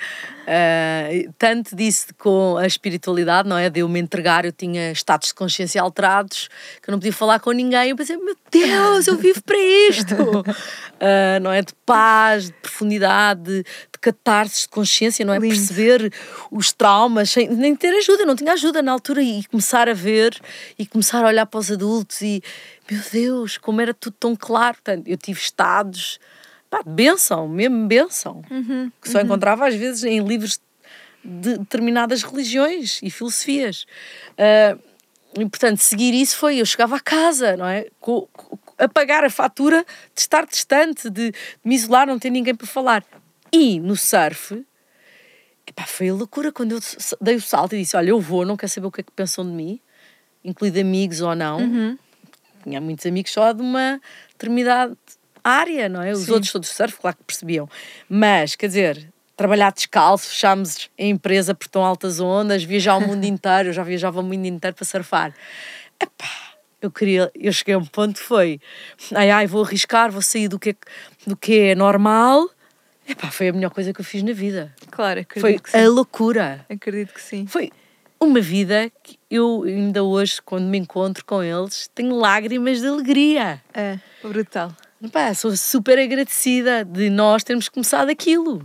uh, tanto disse com a espiritualidade, não é? De eu me entregar, eu tinha estados de consciência alterados, que eu não podia falar com ninguém. Eu pensei, meu Deus, eu vivo para isto! Uh, não é? De paz, de profundidade, de, de catarse de consciência, não é? Lindo. Perceber os traumas, sem nem ter ajuda, não tinha ajuda na altura, e começar a ver e começar a olhar para os adultos e, meu Deus, como era tudo tão claro. Portanto, eu tive estados, pá, de bênção, mesmo bênção, Uhum, que só uhum. encontrava às vezes em livros de determinadas religiões e filosofias. Uh, e, portanto, seguir isso foi, eu chegava a casa, não é? Com, com, a pagar a fatura de estar distante, de, de me isolar, não ter ninguém para falar. E no surf, epá, foi a loucura quando eu dei o salto e disse, olha, eu vou, não quero saber o que é que pensam de mim, incluindo amigos ou não. Uhum. Tinha muitos amigos só de uma determinada área, não é? Os Sim. outros todos de surf, claro que percebiam. Mas, quer dizer, trabalhar descalço, fechámos a empresa por tão altas ondas, viajar o mundo inteiro, eu já viajava o mundo inteiro para surfar. Epá, eu queria, eu cheguei a um ponto que foi, ai, ai, vou arriscar, vou sair do que é, do que é normal. Epá, foi a melhor coisa que eu fiz na vida. Claro, acredito Foi que sim. a loucura. Acredito que sim. Foi uma vida que eu ainda hoje, quando me encontro com eles, tenho lágrimas de alegria. É, brutal. Epá, sou super agradecida de nós termos começado aquilo.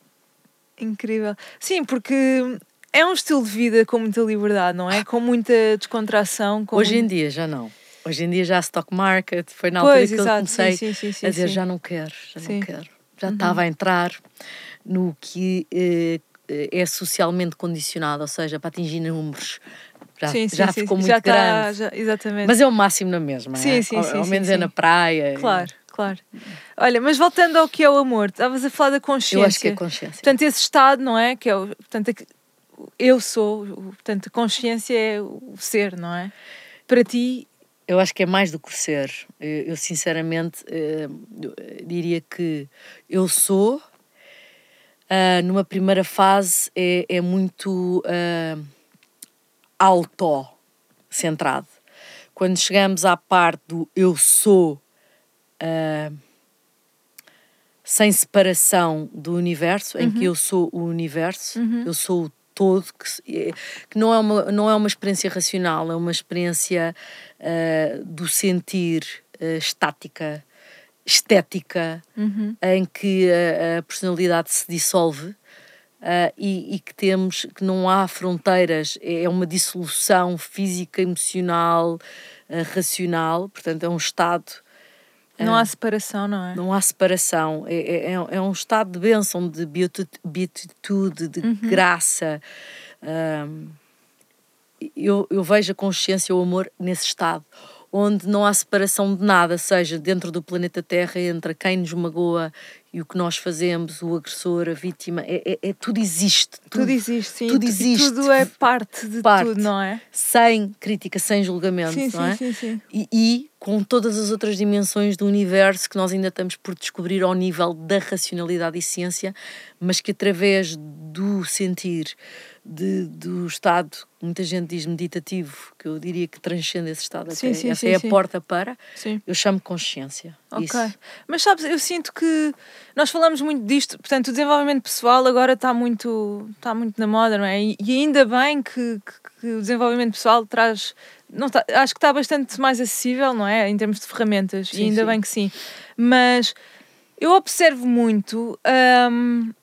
Incrível. Sim, porque é um estilo de vida com muita liberdade, não é? Com muita descontração. Com Hoje em muito- dia já não. Hoje em dia já stock market, foi na altura Pois, que eu exato. comecei Sim, sim, sim, sim, a dizer sim. já não quero, já Sim. não quero. Já estava a entrar no que eh, é socialmente condicionado, ou seja, para atingir números. Já, Sim, sim, já sim, ficou sim. muito Já tá- grande. já- exatamente. Mas é o máximo na mesma, Sim, é? sim, Ao, sim, ao sim, menos sim. é na praia. Claro, claro. Olha, mas voltando ao que é o amor, estavas a falar da consciência. Eu acho que é consciência. Portanto, esse estado, não é? Que é o, portanto, é que eu sou, o- portanto, a consciência é o ser, não é? Para ti, Eu acho que é mais do que ser. Eu, eu, sinceramente, eh, eu diria que eu sou, ah, numa primeira fase, é, é muito ah, auto-centrado. Quando chegamos à parte do eu sou, ah, sem separação do universo, em que eu sou o universo, eu sou o todo, que, se- é- que não, é uma, não é uma experiência racional, é uma experiência ah, do sentir, ah, estática, estética, em que a, a personalidade se dissolve. ah, e, e que temos, que não há fronteiras, é uma dissolução física, emocional, ah, racional, portanto é um estado, não há separação, não é? não há separação, é, é, é um estado de bênção, de beatu- beatitude, de graça. Ahm, eu, eu vejo a consciência, o amor nesse estado, onde não há separação de nada, seja dentro do planeta Terra, entre quem nos magoa e o que nós fazemos, o agressor, a vítima, é, é, é tudo existe. Tudo, tudo existe, sim. Tudo existe. Tudo é parte de parte. Tudo, não é? Sem crítica, sem julgamento, sim, não sim, é? Sim, sim. E, e com todas as outras dimensões do universo que nós ainda estamos por descobrir ao nível da racionalidade e ciência, mas que através do sentir, de, do estado, muita gente diz meditativo, que eu diria que transcende esse estado, sim, até, sim, essa sim, é a sim. porta para, sim. eu chamo consciência. Ok. Isso. Mas sabes, eu sinto que nós falamos muito disto, portanto, o desenvolvimento pessoal agora está muito, está muito na moda, não é? E, e ainda bem que, que, que o desenvolvimento pessoal traz. Não tá, acho que está bastante mais acessível, não é? Em termos de ferramentas, Sim, e ainda sim. bem que sim. Mas eu observo muito. Hum,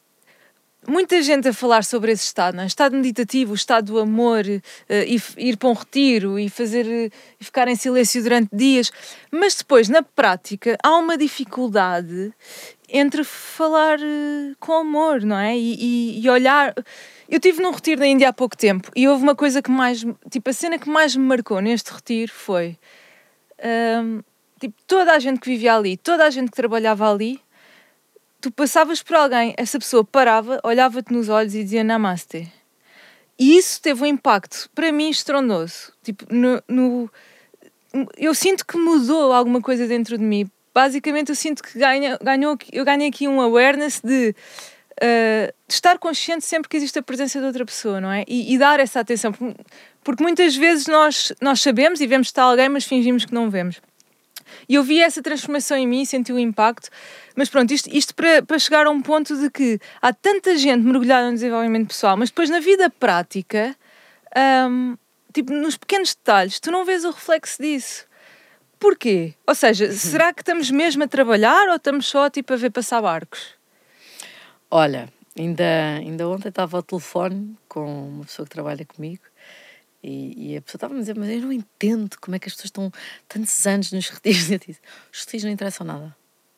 muita gente a falar sobre esse estado, não é? Estado meditativo, o estado do amor, uh, e ir para um retiro e fazer uh, e ficar em silêncio durante dias, mas depois na prática há uma dificuldade entre falar uh, com amor, não é? E, e, e olhar. Eu estive num retiro na Índia há pouco tempo e houve uma coisa que mais, tipo, a cena que mais me marcou neste retiro foi um, tipo, toda a gente que vivia ali, toda a gente que trabalhava ali. Tu passavas por alguém, essa pessoa parava, olhava-te nos olhos e dizia Namaste. E isso teve um impacto, para mim, estrondoso. Tipo, no, no, eu sinto que mudou alguma coisa dentro de mim. Basicamente, eu sinto que ganha, ganhou, eu ganhei aqui um awareness de, uh, de estar consciente sempre que existe a presença de outra pessoa, não é? E, e dar essa atenção. Porque, porque muitas vezes nós, nós sabemos e vemos que está alguém, mas fingimos que não vemos. E eu vi essa transformação em mim, senti o impacto, mas pronto, isto, isto para, para chegar a um ponto de que há tanta gente mergulhada no desenvolvimento pessoal, mas depois na vida prática, hum, tipo, nos pequenos detalhes, tu não vês o reflexo disso. Porquê? Ou seja, será que estamos mesmo a trabalhar ou estamos só tipo, a ver passar barcos? Olha, ainda, ainda ontem estava ao telefone com uma pessoa que trabalha comigo. E, e a pessoa estava a dizer, mas eu não entendo como é que as pessoas estão tantos anos nos retiros. Eu disse, os retiros não interessam nada.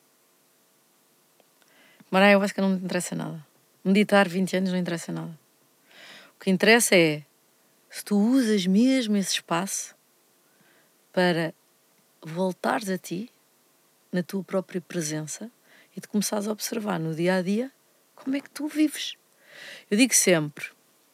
Morar em ayahuasca não interessa nada. Meditar vinte anos não interessa nada. O que interessa é se tu usas mesmo esse espaço para voltares a ti, na tua própria presença, e de começares a observar no dia-a-dia como é que tu vives. Eu digo sempre,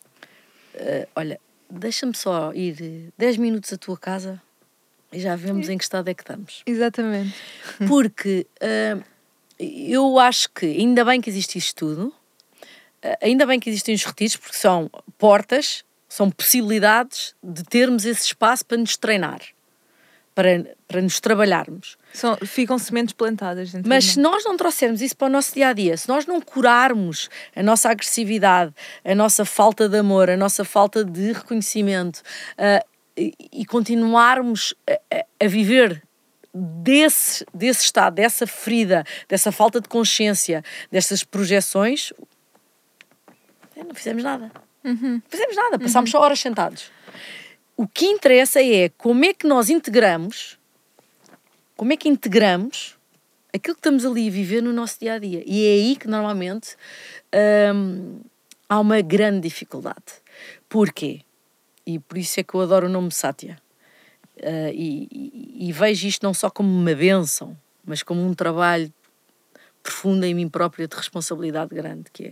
uh, olha, deixa-me só ir dez minutos à tua casa e já vemos em que estado é que estamos. Exatamente. Porque uh, eu acho que ainda bem que existe isto tudo, uh, ainda bem que existem os retiros, porque são portas, são possibilidades de termos esse espaço para nos treinar, para, para nos trabalharmos. São, ficam sementes plantadas dentro. Mas de se nós não trouxermos isso para o nosso dia-a-dia, se nós não curarmos a nossa agressividade, a nossa falta de amor, a nossa falta de reconhecimento, uh, e, e continuarmos a, a, a viver desse, desse estado, dessa ferida, dessa falta de consciência, dessas projeções, não fizemos nada. Uhum. Não fizemos nada, passámos só horas sentados. O que interessa é como é que nós integramos Como é que integramos aquilo que estamos ali a viver no nosso dia-a-dia? E é aí que normalmente hum, há uma grande dificuldade. Porquê? E por isso é que eu adoro o nome Satya. Uh, e, e, e vejo isto não só como uma bênção, mas como um trabalho profundo em mim própria de responsabilidade grande, que é.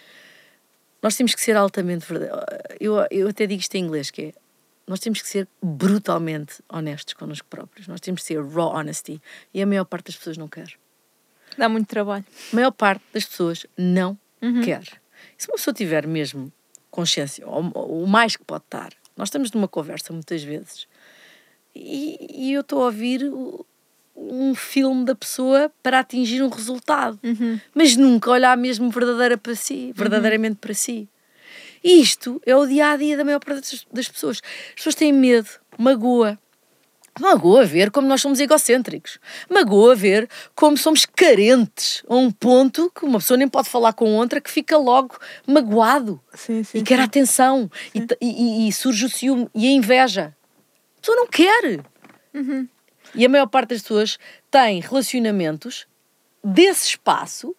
Nós temos que ser altamente verdadeiros. Eu, eu até digo isto em inglês, que é nós temos que ser brutalmente honestos connosco próprios. Nós temos que ser raw honesty. E a maior parte das pessoas não quer. Dá muito trabalho. A maior parte das pessoas não uhum. quer. E se uma pessoa tiver mesmo consciência, o mais que pode estar, nós estamos numa conversa muitas vezes e, e eu estou a ouvir um filme da pessoa para atingir um resultado. Uhum. Mas nunca olhar mesmo verdadeira para si, verdadeiramente uhum. para si. E isto é o dia-a-dia da maior parte das pessoas. As pessoas têm medo, magoa. Magoa ver como nós somos egocêntricos. Magoa ver como somos carentes a um ponto que uma pessoa nem pode falar com outra, que fica logo magoado. Sim, sim, e quer sim. atenção. E, e, e surge o ciúme e a inveja. A pessoa não quer. Uhum. E a maior parte das pessoas tem relacionamentos desse espaço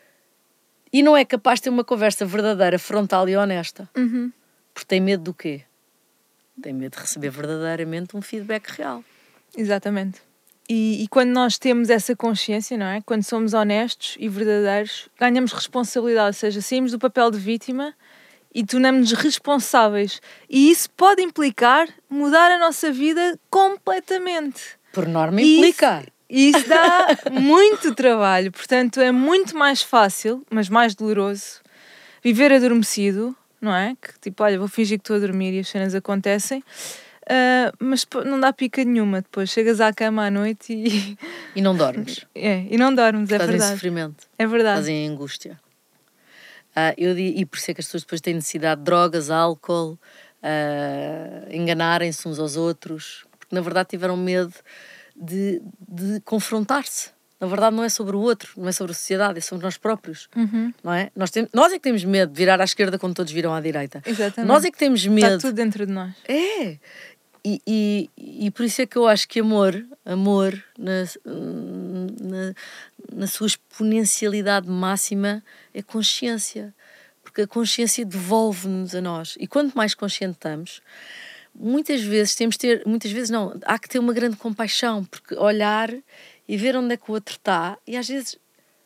e não é capaz de ter uma conversa verdadeira, frontal e honesta. Uhum. Porque tem medo do quê? Tem medo de receber verdadeiramente um feedback real. Exatamente. E, e quando nós temos essa consciência, não é? Quando somos honestos e verdadeiros, ganhamos responsabilidade, ou seja, saímos do papel de vítima e tornamos-nos responsáveis. E isso pode implicar mudar a nossa vida completamente. Por norma implica. E isso, isso dá muito trabalho. Portanto, é muito mais fácil, mas mais doloroso, viver adormecido, não é? Que tipo, olha, vou fingir que estou a dormir e as cenas acontecem. Uh, mas não dá pica nenhuma. Depois chegas à cama à noite e... E não dormes. É, e não dormes, é Fazem verdade. sofrimento. É verdade. Fazem angústia. Uh, eu, e por isso é que as pessoas depois têm necessidade de drogas, álcool, uh, enganarem-se uns aos outros, porque na verdade tiveram medo de, de confrontar-se. Na verdade não é sobre o outro, não é sobre a sociedade, é sobre nós próprios. Uhum. Não é? Nós, tem, nós é que temos medo de virar à esquerda quando todos viram à direita. Exatamente. Nós é que temos medo. Está tudo dentro de nós. É. E, e, e por isso é que eu acho que amor, amor na, na, na sua exponencialidade máxima é consciência. Porque a consciência devolve-nos a nós. E quanto mais consciente estamos, muitas vezes temos de ter, muitas vezes não, há que ter uma grande compaixão, porque olhar e ver onde é que o outro está e às vezes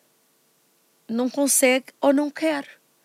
não consegue ou não quer.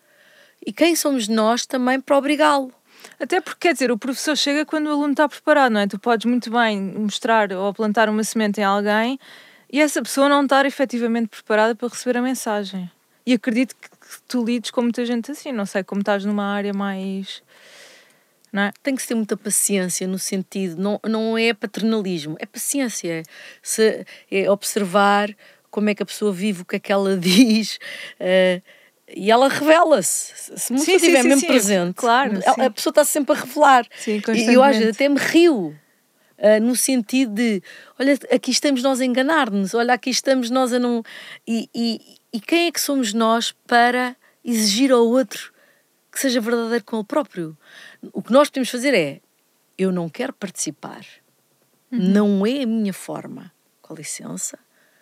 E quem somos nós também para obrigá-lo? Até porque, quer dizer, o professor chega quando o aluno está preparado, não é? Tu podes muito bem mostrar ou plantar uma semente em alguém e essa pessoa não estar efetivamente preparada para receber a mensagem. E acredito que tu lides com muita gente assim, não sei, como estás numa área mais... Não é? Tem que se ter muita paciência no sentido, não, não é paternalismo, é paciência. Se, é observar como é que a pessoa vive, o que é que ela diz... Uh, e ela revela-se. Se uma pessoa estiver mesmo sim, presente, claro, a, a pessoa está sempre a revelar. Sim, e eu às vezes até me rio, uh, no sentido de, olha, aqui estamos nós a enganar-nos, olha, aqui estamos nós a não... E, e, e quem é que somos nós para exigir ao outro que seja verdadeiro com ele próprio? O que nós podemos fazer é, eu não quero participar, uhum. não é a minha forma, com licença,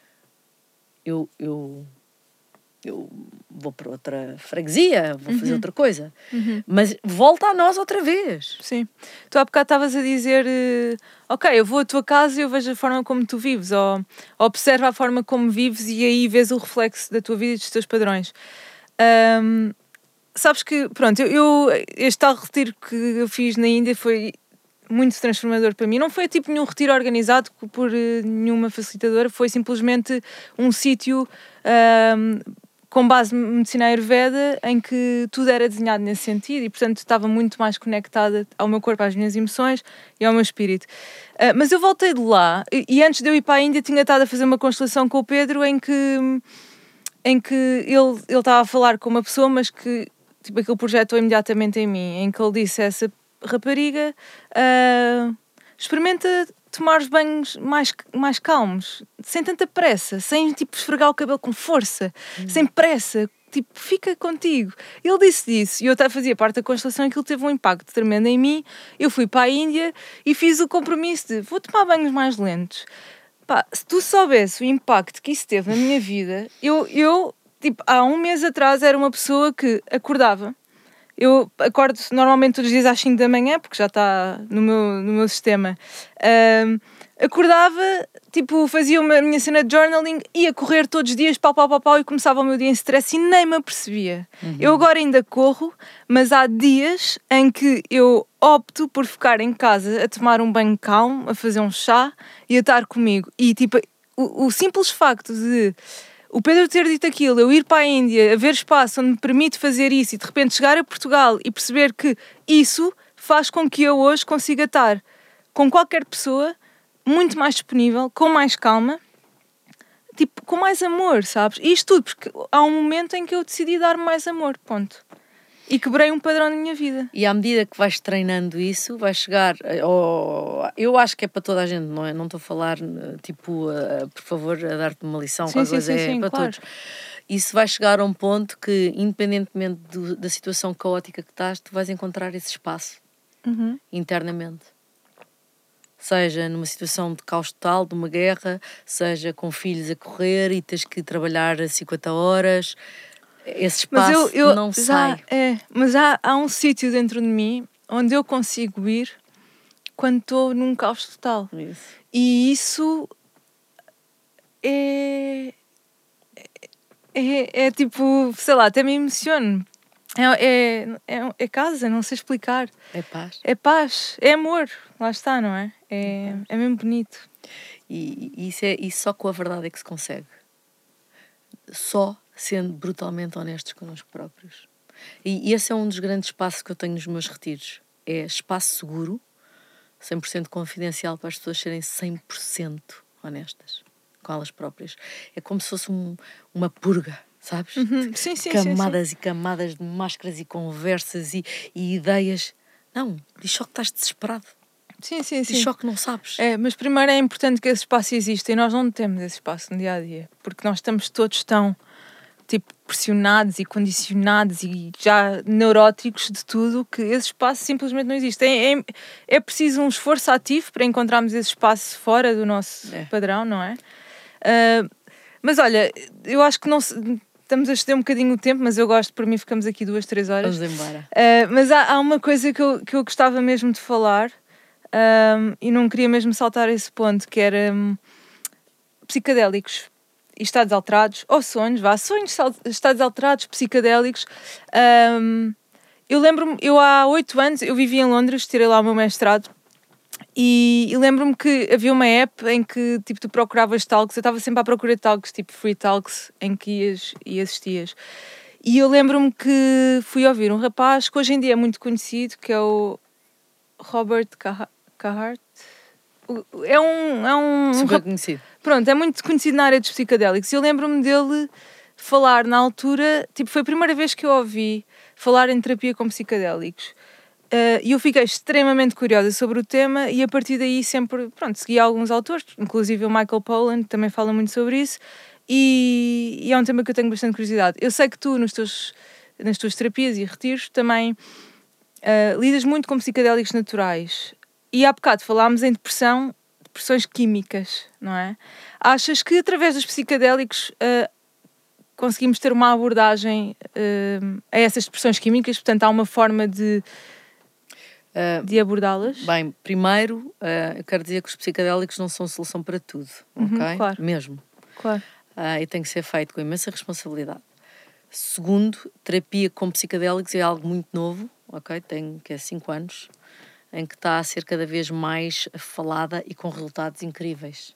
eu... eu eu vou para outra freguesia, vou fazer uhum. outra coisa. Uhum. Mas volta a nós outra vez. Sim. Tu há bocado estavas a dizer, uh, ok, eu vou à tua casa e eu vejo a forma como tu vives, ou, ou observa a forma como vives e aí vês o reflexo da tua vida e dos teus padrões. Um, sabes que, pronto, eu, eu, este tal retiro que eu fiz na Índia foi muito transformador para mim. Não foi tipo nenhum retiro organizado por uh, nenhuma facilitadora, foi simplesmente um sítio... Um, com base medicina ayurveda, em que tudo era desenhado nesse sentido e, portanto, estava muito mais conectada ao meu corpo, às minhas emoções e ao meu espírito. Uh, mas eu voltei de lá e, e antes de eu ir para a Índia tinha estado a fazer uma constelação com o Pedro em que, em que ele, ele estava a falar com uma pessoa, mas que tipo, aquilo projetou imediatamente em mim, em que ele disse a essa rapariga, uh, experimenta tomar os banhos mais, mais calmos, sem tanta pressa, sem tipo esfregar o cabelo com força, hum. sem pressa, tipo, fica contigo. Ele disse disso e eu até fazia parte da constelação e aquilo teve um impacto tremendo em mim. Eu fui para a Índia e fiz o compromisso de vou tomar banhos mais lentos. Pá, se tu soubesse o impacto que isso teve na minha vida, eu, eu tipo, há um mês atrás era uma pessoa que acordava. Eu acordo normalmente todos os dias às cinco da manhã, porque já está no meu, no meu sistema. Um, acordava, tipo, fazia uma minha cena de journaling, ia correr todos os dias, pau, pau, pau, pau, e começava o meu dia em stress e nem me apercebia. Uhum. Eu agora ainda corro, mas há dias em que eu opto por ficar em casa a tomar um banho calmo, a fazer um chá e a estar comigo. E, tipo, o, o simples facto de... o Pedro ter dito aquilo, eu ir para a Índia, haver espaço onde me permite fazer isso e de repente chegar a Portugal e perceber que isso faz com que eu hoje consiga estar com qualquer pessoa muito mais disponível, com mais calma, tipo, com mais amor, sabes? E isto tudo porque há um momento em que eu decidi dar mais amor, ponto. E quebrei um padrão na minha vida. E à medida que vais treinando isso, vais chegar... Oh, eu acho que é para toda a gente, não é? Não estou a falar, tipo, uh, por favor, a dar-te uma lição, sim, sim, sim, é sim, para claro. todos. Isso vai chegar a um ponto que, independentemente do, da situação caótica que estás, tu vais encontrar esse espaço, uhum. internamente. Seja numa situação de caos total, de uma guerra, seja com filhos a correr e tens que trabalhar cinquenta horas... Esse espaço mas eu, eu não já, sai. É, mas há, há um sítio dentro de mim onde eu consigo ir quando estou num caos total. Isso. E isso é, é, é tipo, sei lá, até me emociono. É, é, é, é casa, não sei explicar. É paz. É paz, é amor, lá está, não é? É, é mesmo bonito. E, e isso, é, isso só com a verdade é que se consegue. Só sendo brutalmente honestos connosco próprios. E, e esse é um dos grandes espaços que eu tenho nos meus retiros. É espaço seguro, cem por cento confidencial, para as pessoas serem cem por cento honestas com elas próprias. É como se fosse um, uma purga, sabes? Uhum. Sim, sim, camadas sim, sim. e camadas de máscaras e conversas e, e ideias. Não, diz só que estás desesperado. Sim, sim, sim. Diz só que não sabes. É, mas primeiro é importante que esse espaço exista e nós não temos esse espaço no dia a dia, porque nós estamos todos tão tipo pressionados e condicionados e já neuróticos de tudo que esse espaço simplesmente não existe. É, é, é preciso um esforço ativo para encontrarmos esse espaço fora do nosso É. padrão, não é? Uh, mas olha, eu acho que não se, estamos a exceder um bocadinho o tempo, mas eu gosto, para mim ficamos aqui duas, três horas. Vamos embora. Uh, mas há, há uma coisa que eu, que eu gostava mesmo de falar, um, e não queria mesmo saltar esse ponto, que era um, psicadélicos e estados alterados, ou sonhos, vá, sonhos, estados alterados, psicadélicos. Um, eu lembro-me, eu há oito anos, eu vivia em Londres, tirei lá o meu mestrado, e, e lembro-me que havia uma app em que tipo, tu procuravas talks, eu estava sempre à procura de talks, tipo free talks, em que ias e assistias. E eu lembro-me que fui ouvir um rapaz que hoje em dia é muito conhecido, que é o Robert Cahart. É um... É um Super um rap... conhecido. Pronto, é muito conhecido na área dos psicadélicos. E eu lembro-me dele falar na altura, tipo, foi a primeira vez que eu ouvi falar em terapia com psicadélicos. E uh, eu fiquei extremamente curiosa sobre o tema e a partir daí sempre, pronto, segui alguns autores, inclusive o Michael Pollan, que também fala muito sobre isso, e, e é um tema que eu tenho bastante curiosidade. Eu sei que tu, nos teus, nas tuas terapias e retiros, também uh, lidas muito com psicadélicos naturais. E há bocado falámos em depressão, depressões químicas, não é? Achas que através dos psicadélicos uh, conseguimos ter uma abordagem uh, a essas depressões químicas? Portanto, há uma forma de... Uh, de abordá-las? Bem, primeiro, uh, eu quero dizer que os psicadélicos não são solução para tudo, uhum, ok? Claro. Mesmo. Claro. Uh, e tem que ser feito com imensa responsabilidade. Segundo, terapia com psicadélicos é algo muito novo, ok? Tem que é cinco anos, em que está a ser cada vez mais falada e com resultados incríveis.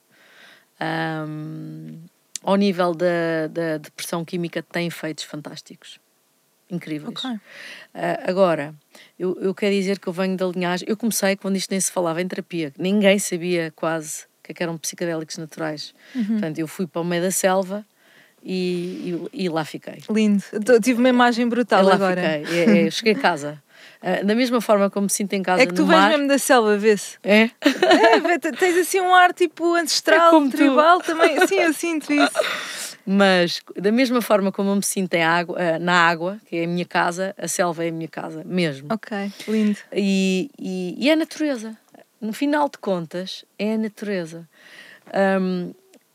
Um, ao nível da, da depressão química, tem efeitos fantásticos. Incríveis. Okay. Uh, agora, eu, eu quero dizer que eu venho da linhagem... Eu comecei quando isto nem se falava em terapia. Ninguém sabia quase o que eram psicadélicos naturais. Uhum. Portanto, eu fui para o meio da selva e, e, e lá fiquei. Lindo. Eu tive uma imagem brutal eu lá agora. Fiquei. É, é, cheguei a casa. Uh, da mesma forma como me sinto em casa é que tu no vens mar... mesmo da selva, vê-se. É? É, tens assim um ar tipo ancestral, é tribal, também. Sim, eu sinto isso. Mas, da mesma forma como eu me sinto em água, na água, que é a minha casa, a selva é a minha casa, mesmo. Ok, lindo. E, e, e é a natureza. No final de contas, é a natureza. Um,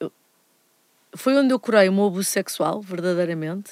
foi onde eu curei o meu abuso sexual, verdadeiramente.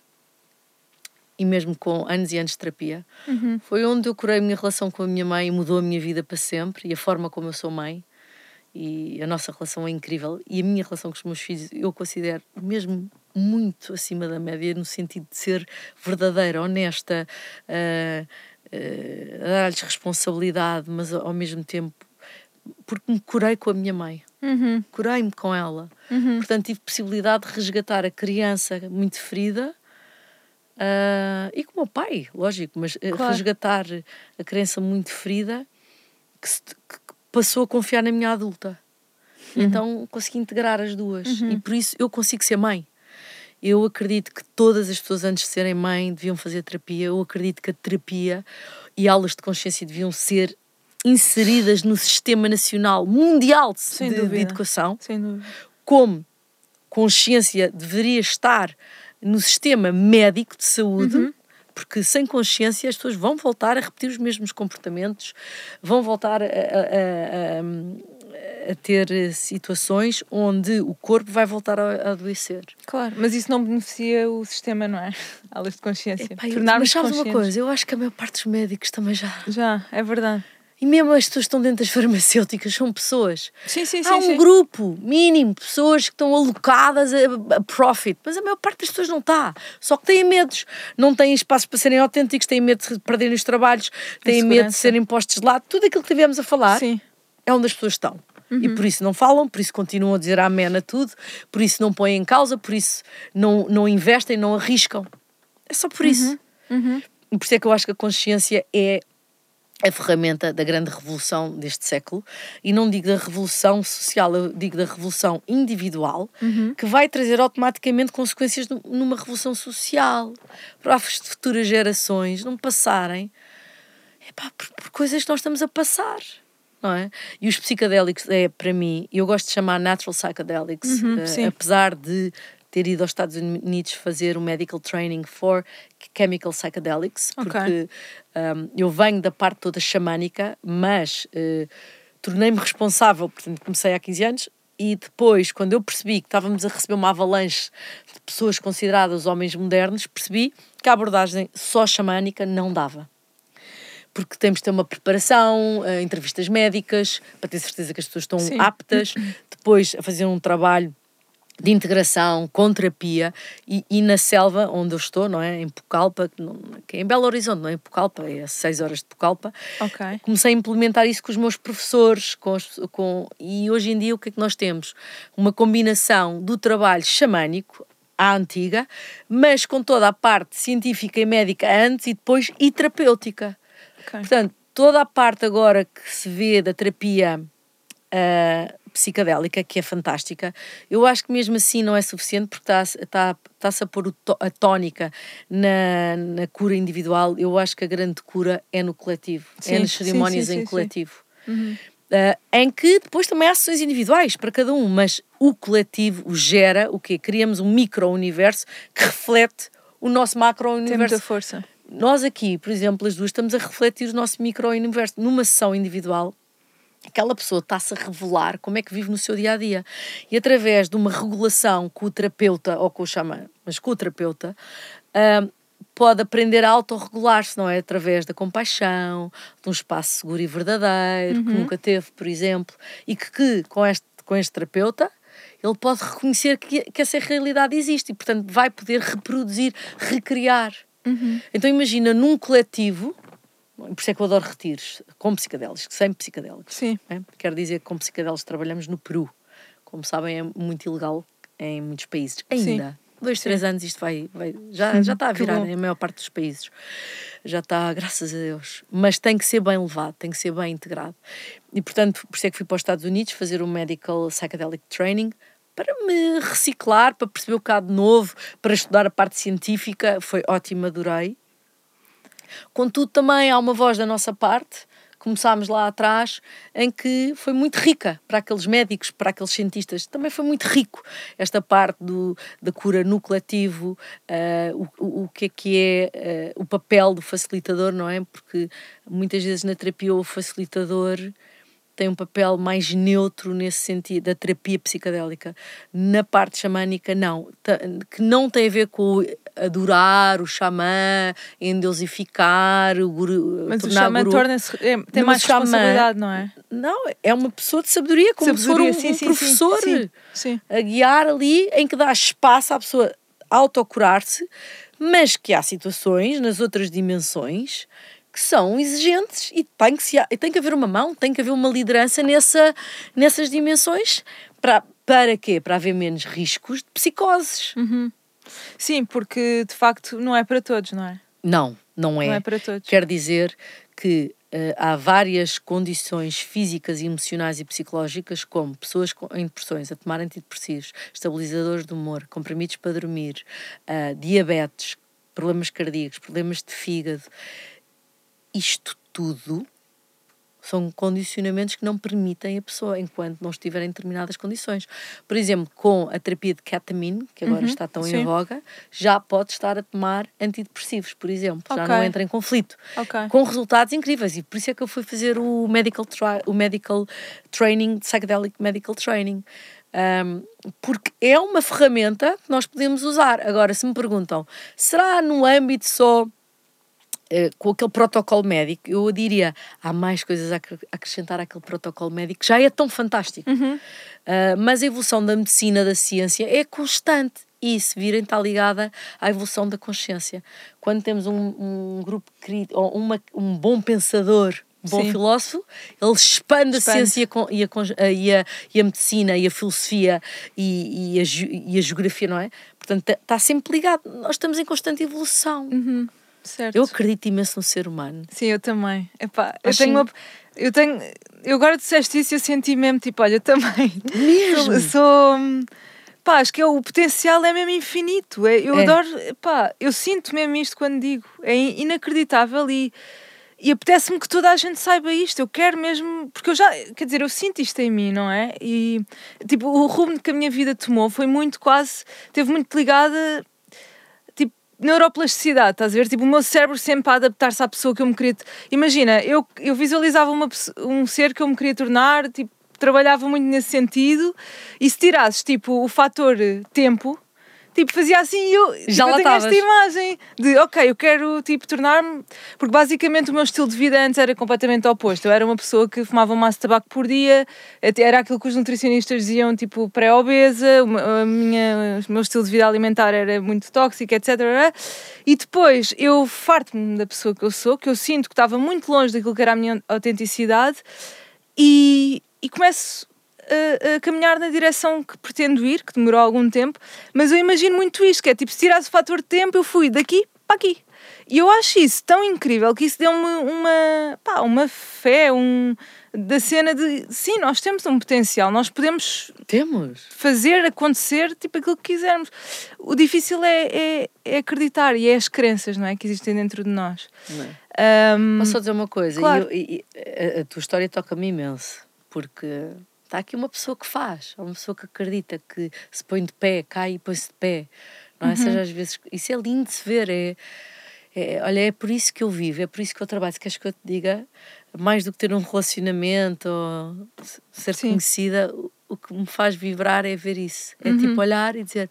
E mesmo com anos e anos de terapia. Uhum. Foi onde eu curei a minha relação com a minha mãe e mudou a minha vida para sempre. E a forma como eu sou mãe. E a nossa relação é incrível. E a minha relação com os meus filhos eu considero mesmo muito acima da média, no sentido de ser verdadeira, honesta, uh, uh, a dar-lhes responsabilidade, mas ao mesmo tempo porque me curei com a minha mãe. Uhum. Curei-me com ela. Uhum. Portanto, tive possibilidade de resgatar a criança muito ferida uh, e com o meu pai, lógico, mas claro. Resgatar a criança muito ferida que, se, que passou a confiar na minha adulta. Uhum. Então consegui integrar as duas. Uhum. E por isso eu consigo ser mãe. Eu acredito que todas as pessoas antes de serem mãe deviam fazer terapia. Eu acredito que a terapia e aulas de consciência deviam ser inseridas no Sistema Nacional Mundial de, de, de Educação. Sem dúvida. Como consciência deveria estar no sistema médico de saúde. Uhum. Porque sem consciência as pessoas vão voltar a repetir os mesmos comportamentos, vão voltar a, a, a, a ter situações onde o corpo vai voltar a, a adoecer. Claro, mas isso não beneficia o sistema, não é? Aulas de consciência. Epá, eu, mas sabes uma coisa, eu acho que a maior parte dos médicos também já... Já, é verdade. E mesmo as pessoas que estão dentro das farmacêuticas são pessoas. Sim, sim, sim. Há um sim. grupo mínimo de pessoas que estão alocadas a, a profit, mas a maior parte das pessoas não está. Só que têm medos. Não têm espaços para serem autênticos, têm medo de perderem os trabalhos, têm medo de serem postos de lado. Tudo aquilo que tivemos a falar Sim. é onde as pessoas estão. Uhum. E por isso não falam, por isso continuam a dizer amém a tudo, por isso não põem em causa, por isso não, não investem, não arriscam. É só por isso. Uhum. Uhum. E por isso é que eu acho que a consciência é a ferramenta da grande revolução deste século, e não digo da revolução social, eu digo da revolução individual, uhum. que vai trazer automaticamente consequências numa revolução social, para as futuras gerações não passarem epá, por, por coisas que nós estamos a passar. Não é? E os psicadélicos, é, para mim, eu gosto de chamar natural psychedelics, uhum, uh, apesar de ter ido aos Estados Unidos fazer o medical training for chemical psychedelics, porque okay. um, eu venho da parte toda xamânica, mas uh, tornei-me responsável, portanto comecei há quinze anos, e depois, quando eu percebi que estávamos a receber uma avalanche de pessoas consideradas homens modernos, percebi que a abordagem só xamânica não dava. Porque temos de ter uma preparação, uh, entrevistas médicas, para ter certeza que as pessoas estão Sim. aptas, depois a fazer um trabalho de integração, com terapia, e, e na selva onde eu estou, não é? Em Pucallpa, que é em Belo Horizonte, não é? Em Pucallpa, é a seis horas de Pucallpa. Okay. Comecei a implementar isso com os meus professores, com, os, com e hoje em dia o que é que nós temos? Uma combinação do trabalho xamânico, à antiga, mas com toda a parte científica e médica antes e depois, e terapêutica. Okay. Portanto, toda a parte agora que se vê da terapia uh, psicadélica, que é fantástica, eu acho que mesmo assim não é suficiente, porque está-se está, está-se a pôr a tónica na, na cura individual. Eu acho que a grande cura é no coletivo, sim, é nas cerimónias sim, sim, em sim, coletivo. Sim. Uhum. Uh, em que depois também há sessões individuais para cada um, mas o coletivo o gera o quê? Criamos um micro-universo que reflete o nosso macro-universo. Tem muita força. Nós aqui, por exemplo, as duas, estamos a refletir o nosso micro-universo. Numa sessão individual, aquela pessoa está-se a revelar como é que vive no seu dia-a-dia. E através de uma regulação com o terapeuta, ou com o xamã, mas com o terapeuta, uh, pode aprender a autorregular-se, não é? Através da compaixão, de um espaço seguro e verdadeiro, uhum. que nunca teve, por exemplo, e que, que com, este, com este terapeuta, ele pode reconhecer que, que essa realidade existe e, portanto, vai poder reproduzir, recriar. Uhum. Então imagina num coletivo, por isso é que eu adoro retiros, com psicadélicos, sem psicadélicos. Sim. É? Quero dizer que com psicadélicos trabalhamos no Peru. Como sabem, é muito ilegal em muitos países. Ainda. Sim. Dois, três Sim. anos isto vai... vai já, já está a virar em maior parte dos países. Já está, graças a Deus. Mas tem que ser bem levado, tem que ser bem integrado. E, portanto, por isso é que fui para os Estados Unidos fazer o Medical Psychedelic Training, para me reciclar, para perceber o que há de novo, para estudar a parte científica. Foi ótimo, adorei. Contudo, também há uma voz da nossa parte, começámos lá atrás, em que foi muito rica para aqueles médicos, para aqueles cientistas. Também foi muito rico esta parte do, da cura no coletivo, uh, o, o que é que é uh, o papel do facilitador, não é? Porque muitas vezes na terapia o facilitador tem um papel mais neutro nesse sentido, da terapia psicadélica. Na parte xamânica, não. Que não tem a ver com adorar o xamã, endeusificar, o guru. Mas o xamã torna-se, é, tem mais xamã, responsabilidade, não é? Não, é uma pessoa de sabedoria, como sabedoria, se for um, sim, um sim, professor sim, sim. a guiar ali, em que dá espaço à pessoa autocurar-se, mas que há situações, nas outras dimensões, que são exigentes e tem que, se, tem que haver uma mão, tem que haver uma liderança nessa, nessas dimensões. Para, para quê? Para haver menos riscos de psicoses. Uhum. Sim, porque de facto não é para todos, não é? Não, não é. Não é para todos. Quer dizer que uh, há várias condições físicas, emocionais e psicológicas, como pessoas com, em depressões, a tomar antidepressivos, estabilizadores do humor, comprimidos para dormir, uh, diabetes, problemas cardíacos, problemas de fígado. Isto tudo são condicionamentos que não permitem a pessoa enquanto não estiver em determinadas condições. Por exemplo, com a terapia de ketamine, que agora uhum, está tão sim. em voga, já pode estar a tomar antidepressivos, por exemplo. Okay. Já não entra em conflito. Okay. Com resultados incríveis. E por isso é que eu fui fazer o medical, tri- o medical training, psychedelic medical training. Um, porque é uma ferramenta que nós podemos usar. Agora, se me perguntam, será no âmbito só uh, com aquele protocolo médico, eu diria, há mais coisas a acrescentar àquele protocolo médico, que já é tão fantástico. Uhum. Uh, mas a evolução da medicina, da ciência, é constante. E se virem, está ligada à evolução da consciência. Quando temos um, um grupo crítico, ou uma, um bom pensador, um bom Sim. filósofo, ele expande, expande. a ciência e a, e, a, e a medicina e a filosofia e, e, a, e a geografia, não é? Portanto, está sempre ligado. Nós estamos em constante evolução. Uhum. Certo. Eu acredito imenso no ser humano. Sim, eu também. Epá, eu tenho uma... Eu tenho... Eu agora disseste isso e eu senti mesmo, tipo, olha, eu também... Mesmo? Eu sou... Pá, acho que é, o potencial é mesmo infinito. É, eu é. adoro... Pá, eu sinto mesmo isto quando digo. É inacreditável e... E apetece-me que toda a gente saiba isto. Eu quero mesmo... Porque eu já... Quer dizer, eu sinto isto em mim, não é? E, tipo, o rumo que a minha vida tomou foi muito quase... Teve muito ligada... Tipo, neuroplasticidade, estás a ver? Tipo, o meu cérebro sempre a adaptar-se à pessoa que eu me queria... Imagina, eu, eu visualizava uma, um ser que eu me queria tornar, tipo, trabalhava muito nesse sentido. E se tirasses, tipo, o fator tempo... Tipo, fazia assim e eu, já tipo, lá eu tenho tavas. esta imagem de, ok, eu quero, tipo, tornar-me... Porque, basicamente, o meu estilo de vida antes era completamente oposto. Eu era uma pessoa que fumava um maço de tabaco por dia, era aquilo que os nutricionistas diziam, tipo, pré-obesa, a minha, o meu estilo de vida alimentar era muito tóxico, etcétera. E depois, eu farto-me da pessoa que eu sou, que eu sinto que estava muito longe daquilo que era a minha autenticidade, e, e começo... A, a caminhar na direção que pretendo ir, que demorou algum tempo, mas eu imagino muito isto, que é tipo, se tirasse o fator de tempo, eu fui daqui para aqui. E eu acho isso tão incrível, que isso deu-me uma, pá, uma fé, um, da cena de, sim, nós temos um potencial, nós podemos temos. fazer acontecer tipo aquilo que quisermos. O difícil é, é, é acreditar, e é as crenças, não é, que existem dentro de nós. Não é? Um, Posso só dizer uma coisa? Claro. E eu, e, a, a tua história toca-me imenso, porque... Está aqui uma pessoa que faz, uma pessoa que acredita, que se põe de pé, cai e põe-se de pé. Não é? Uhum. Seja, às vezes, isso é lindo de se ver. É, é, olha, é por isso que eu vivo, é por isso que eu trabalho. Se queres que eu te diga, mais do que ter um relacionamento ou ser Sim. conhecida, o, o que me faz vibrar é ver isso. É uhum. tipo olhar e dizer,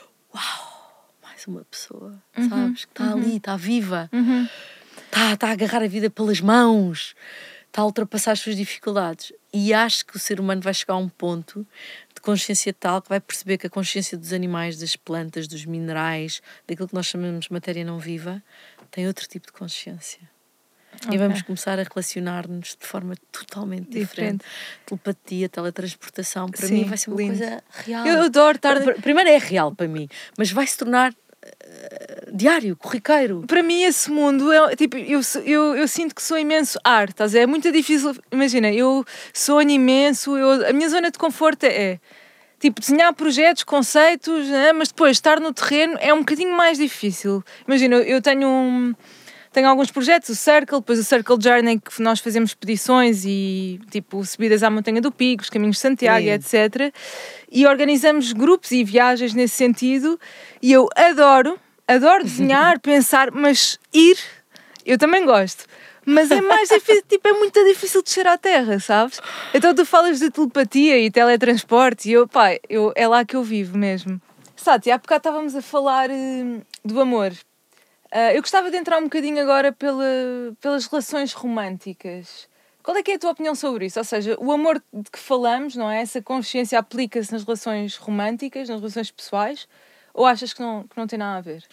uau, mais uma pessoa, uhum. sabes? Que está uhum. ali, está viva, uhum. está, está a agarrar a vida pelas mãos, está a ultrapassar as suas dificuldades. E acho que o ser humano vai chegar a um ponto de consciência tal que vai perceber que a consciência dos animais, das plantas, dos minerais, daquilo que nós chamamos de matéria não viva, tem outro tipo de consciência. Okay. E vamos começar a relacionar-nos de forma totalmente diferente. diferente. Telepatia, teletransportação, para Sim, mim vai ser uma lindo. coisa real. Eu adoro estar... Primeiro é real para mim, mas vai se tornar... diário, corriqueiro. Para mim esse mundo é tipo, eu, eu, eu sinto que sou imenso ar, estás a ver? É muito difícil, imagina, eu sonho imenso, eu, a minha zona de conforto é tipo desenhar projetos, conceitos, né? Mas depois estar no terreno é um bocadinho mais difícil. Imagina, eu tenho um, tenho alguns projetos, o Circle, depois o Circle Journey, que nós fazemos expedições e tipo subidas à Montanha do Pico, os Caminhos de Santiago, Sim. etcétera. E organizamos grupos e viagens nesse sentido, e eu adoro Adoro desenhar, pensar, mas ir, eu também gosto. Mas é mais difícil, tipo, é muito difícil descer à terra, sabes? Então tu falas de telepatia e teletransporte e eu, pá, eu, é lá que eu vivo mesmo. Sati, há bocado estávamos a falar uh, do amor. Uh, eu gostava de entrar um bocadinho agora pela, pelas relações românticas. Qual é que é a tua opinião sobre isso? Ou seja, o amor de que falamos, não é? Essa consciência aplica-se nas relações românticas, nas relações pessoais? Ou achas que não, que não tem nada a ver?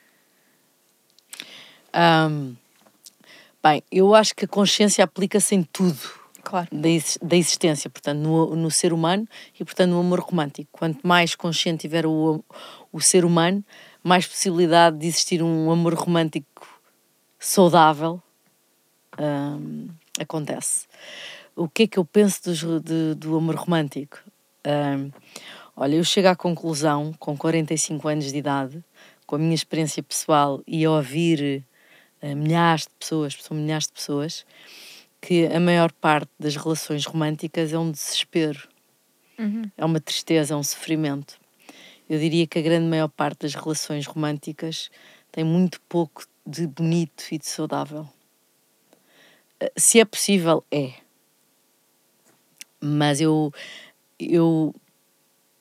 Um, bem, eu acho que a consciência aplica-se em tudo claro. da, da existência, portanto, no, no ser humano e, portanto, no amor romântico. Quanto mais consciente tiver o, o ser humano, mais possibilidade de existir um amor romântico saudável um, acontece. O que é que eu penso do, de, do amor romântico? Um, Olha, eu chego à conclusão, com quarenta e cinco anos de idade, com a minha experiência pessoal e a ouvir uh, milhares de pessoas, são milhares de pessoas, que a maior parte das relações românticas é um desespero, uhum. é uma tristeza, é um sofrimento. Eu diria que a grande maior parte das relações românticas tem muito pouco de bonito e de saudável. Uh, se é possível, é. Mas eu... eu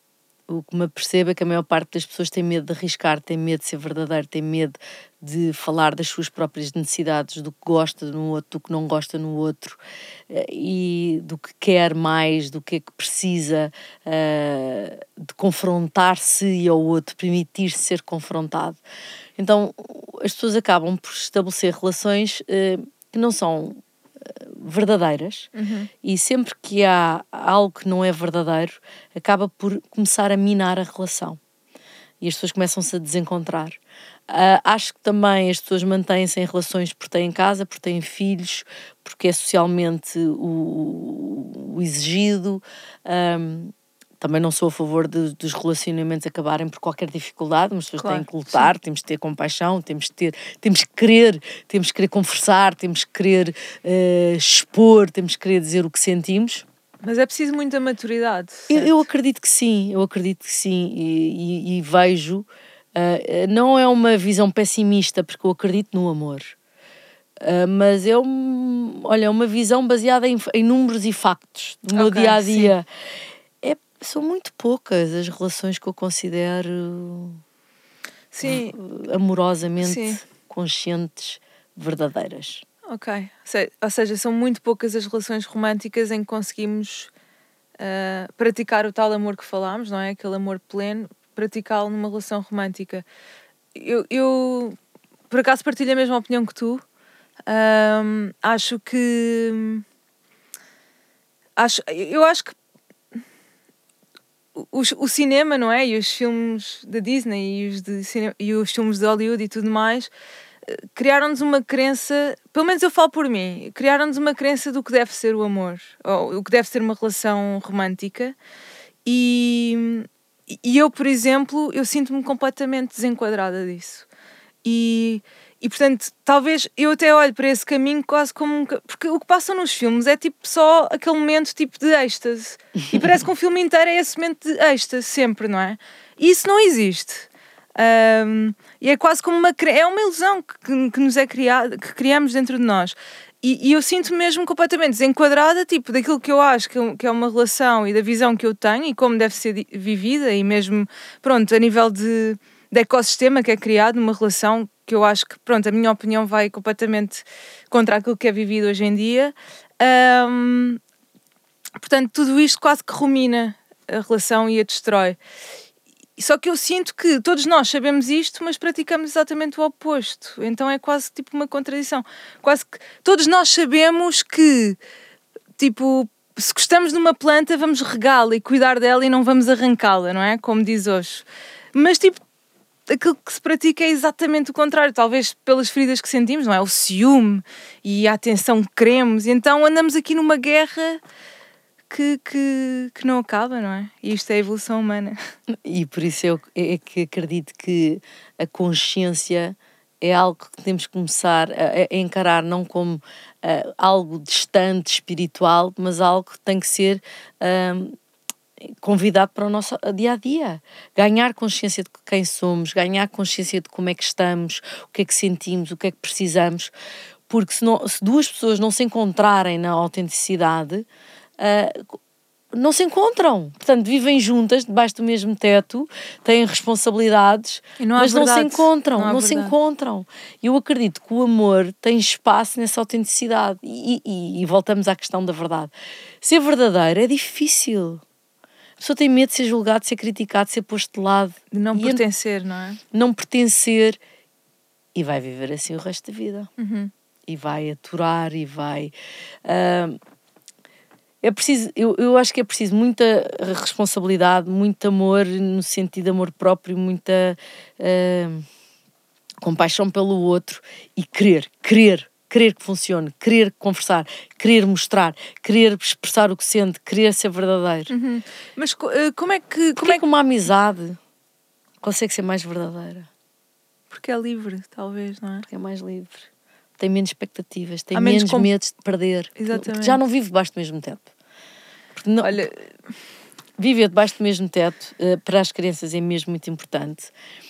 o que me apercebo é que a maior parte das pessoas tem medo de arriscar, tem medo de ser verdadeiro, tem medo de falar das suas próprias necessidades, do que gosta no outro, do que não gosta no outro, e do que quer mais, do que é que precisa, uh, de confrontar-se ao outro, permitir-se ser confrontado. Então as pessoas acabam por estabelecer relações uh, que não são verdadeiras, uhum. E sempre que há algo que não é verdadeiro, acaba por começar a minar a relação. E as pessoas começam-se a desencontrar. Uh, acho que também as pessoas mantêm-se em relações porque têm casa, porque têm filhos, porque é socialmente o, o exigido. Um, Também não sou a favor de, dos relacionamentos acabarem por qualquer dificuldade, mas as pessoas claro, têm que lutar, sim. Temos de ter compaixão, temos de ter, temos que querer, temos que querer conversar, temos que querer uh, expor, temos que querer dizer o que sentimos. Mas é preciso muita maturidade. Eu, eu acredito que sim, eu acredito que sim, e, e, e vejo, uh, não é uma visão pessimista, porque eu acredito no amor. Uh, mas é, um, olha, uma visão baseada em, em números e factos do meu okay, dia-a-dia. Sim. São muito poucas as relações que eu considero Sim. amorosamente Sim. conscientes, verdadeiras. Ok. Ou seja, são muito poucas as relações românticas em que conseguimos uh, praticar o tal amor que falámos, não é? Aquele amor pleno, praticá-lo numa relação romântica. Eu, eu, por acaso, partilho a mesma opinião que tu. Um, acho que... Acho, eu acho que O, o cinema, não é? E os filmes da Disney e os, de cinema, e os filmes de Hollywood e tudo mais criaram-nos uma crença, pelo menos eu falo por mim, criaram-nos uma crença do que deve ser o amor, ou o que deve ser uma relação romântica. E, e eu, por exemplo, eu sinto-me completamente desenquadrada disso. E... E, portanto, talvez eu até olho para esse caminho quase como um... Porque o que passa nos filmes é tipo só aquele momento tipo de êxtase. E parece que um filme inteiro é esse momento de êxtase, sempre, não é? E isso não existe. Um, e é quase como uma... É uma ilusão que, que nos é criada, que criamos dentro de nós. E, e eu sinto-me mesmo completamente desenquadrada, tipo, daquilo que eu acho que, que é uma relação e da visão que eu tenho e como deve ser vivida e mesmo, pronto, a nível de, de ecossistema que é criado numa relação que eu acho que, pronto, a minha opinião vai completamente contra aquilo que é vivido hoje em dia. Um, portanto, tudo isto quase que rumina a relação e a destrói. Só que eu sinto que todos nós sabemos isto, mas praticamos exatamente o oposto. Então é quase tipo uma contradição. Quase que todos nós sabemos que, tipo, se gostamos de uma planta, vamos regá-la e cuidar dela e não vamos arrancá-la, não é? Como diz hoje. Mas, tipo, aquilo que se pratica é exatamente o contrário, talvez pelas feridas que sentimos, não é? O ciúme e a atenção que queremos, e então andamos aqui numa guerra que, que, que não acaba, não é? E isto é a evolução humana. E por isso eu é que acredito que a consciência é algo que temos que começar a, a encarar não como uh, algo distante, espiritual, mas algo que tem que ser... Um, convidado para o nosso dia-a-dia. Ganhar consciência de quem somos, ganhar consciência de como é que estamos, o que é que sentimos, o que é que precisamos, porque se, não, se duas pessoas não se encontrarem na autenticidade, uh, não se encontram. Portanto, vivem juntas, debaixo do mesmo teto, têm responsabilidades, não mas não se encontram, não, não se encontram. E eu acredito que o amor tem espaço nessa autenticidade. E, e, e voltamos à questão da verdade. Ser verdadeiro é difícil. A pessoa tem medo de ser julgado, de ser criticado, de ser posto de lado. De não pertencer, não é? Não pertencer. E vai viver assim o resto da vida. Uhum. E vai aturar e vai... Uh, é preciso, eu, eu acho que é preciso muita responsabilidade, muito amor, no sentido de amor próprio, muita uh, compaixão pelo outro e querer, querer. Querer que funcione, querer conversar, querer mostrar, querer expressar o que sente, querer ser verdadeiro. Uhum. Mas uh, como é que... Como é que uma amizade consegue ser mais verdadeira? Porque é livre, talvez, não é? Porque é mais livre. Tem menos expectativas, tem menos, menos com... medo de perder. Exatamente. Já não vive debaixo do mesmo teto. Porque não... Olha... Viver debaixo do mesmo teto, uh, para as crianças é mesmo muito importante.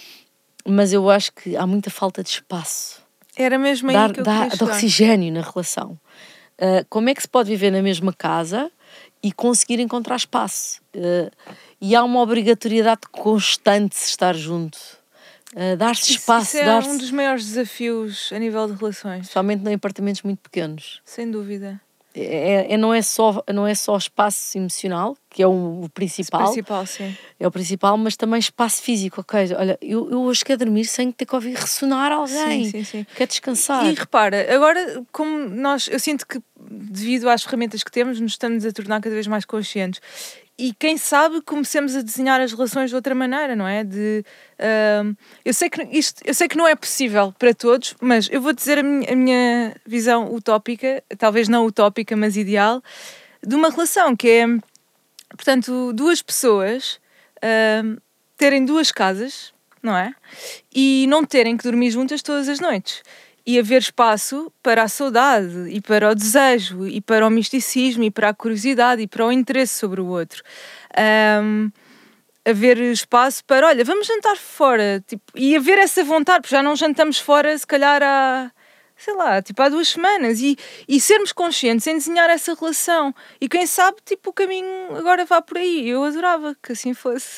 Mas eu acho que há muita falta de espaço. Era mesmo aí dar, que eu dar, queria dar oxigênio na relação. Uh, como é que se pode viver na mesma casa e conseguir encontrar espaço? Uh, e há uma obrigatoriedade constante de se estar junto. Uh, dar-se espaço, isso é dar-se... um dos maiores desafios a nível de relações. Especialmente em apartamentos muito pequenos. Sem dúvida. É, é, não, é só, não é só espaço emocional, que é o, o principal. O principal, sim. É o principal, mas também espaço físico. Ok, olha, eu, eu hoje quero dormir sem ter que ouvir ressonar alguém. Sim, sim, sim. Quero descansar. E repara, agora, como nós, eu sinto que devido às ferramentas que temos, nos estamos a tornar cada vez mais conscientes. E quem sabe comecemos a desenhar as relações de outra maneira, não é? De, uh, eu, sei que isto, eu sei que não é possível para todos, mas eu vou dizer a minha, a minha visão utópica, talvez não utópica, mas ideal, de uma relação que é, portanto, duas pessoas uh, terem duas casas, não é? E não terem que dormir juntas todas as noites. E haver espaço para a saudade, e para o desejo, e para o misticismo, e para a curiosidade, e para o interesse sobre o outro. Um, haver espaço para, olha, vamos jantar fora. Tipo, e haver essa vontade, porque já não jantamos fora, se calhar há, sei lá, tipo há duas semanas. E, e sermos conscientes em desenhar essa relação. E quem sabe, tipo, o caminho agora vá por aí. Eu adorava que assim fosse.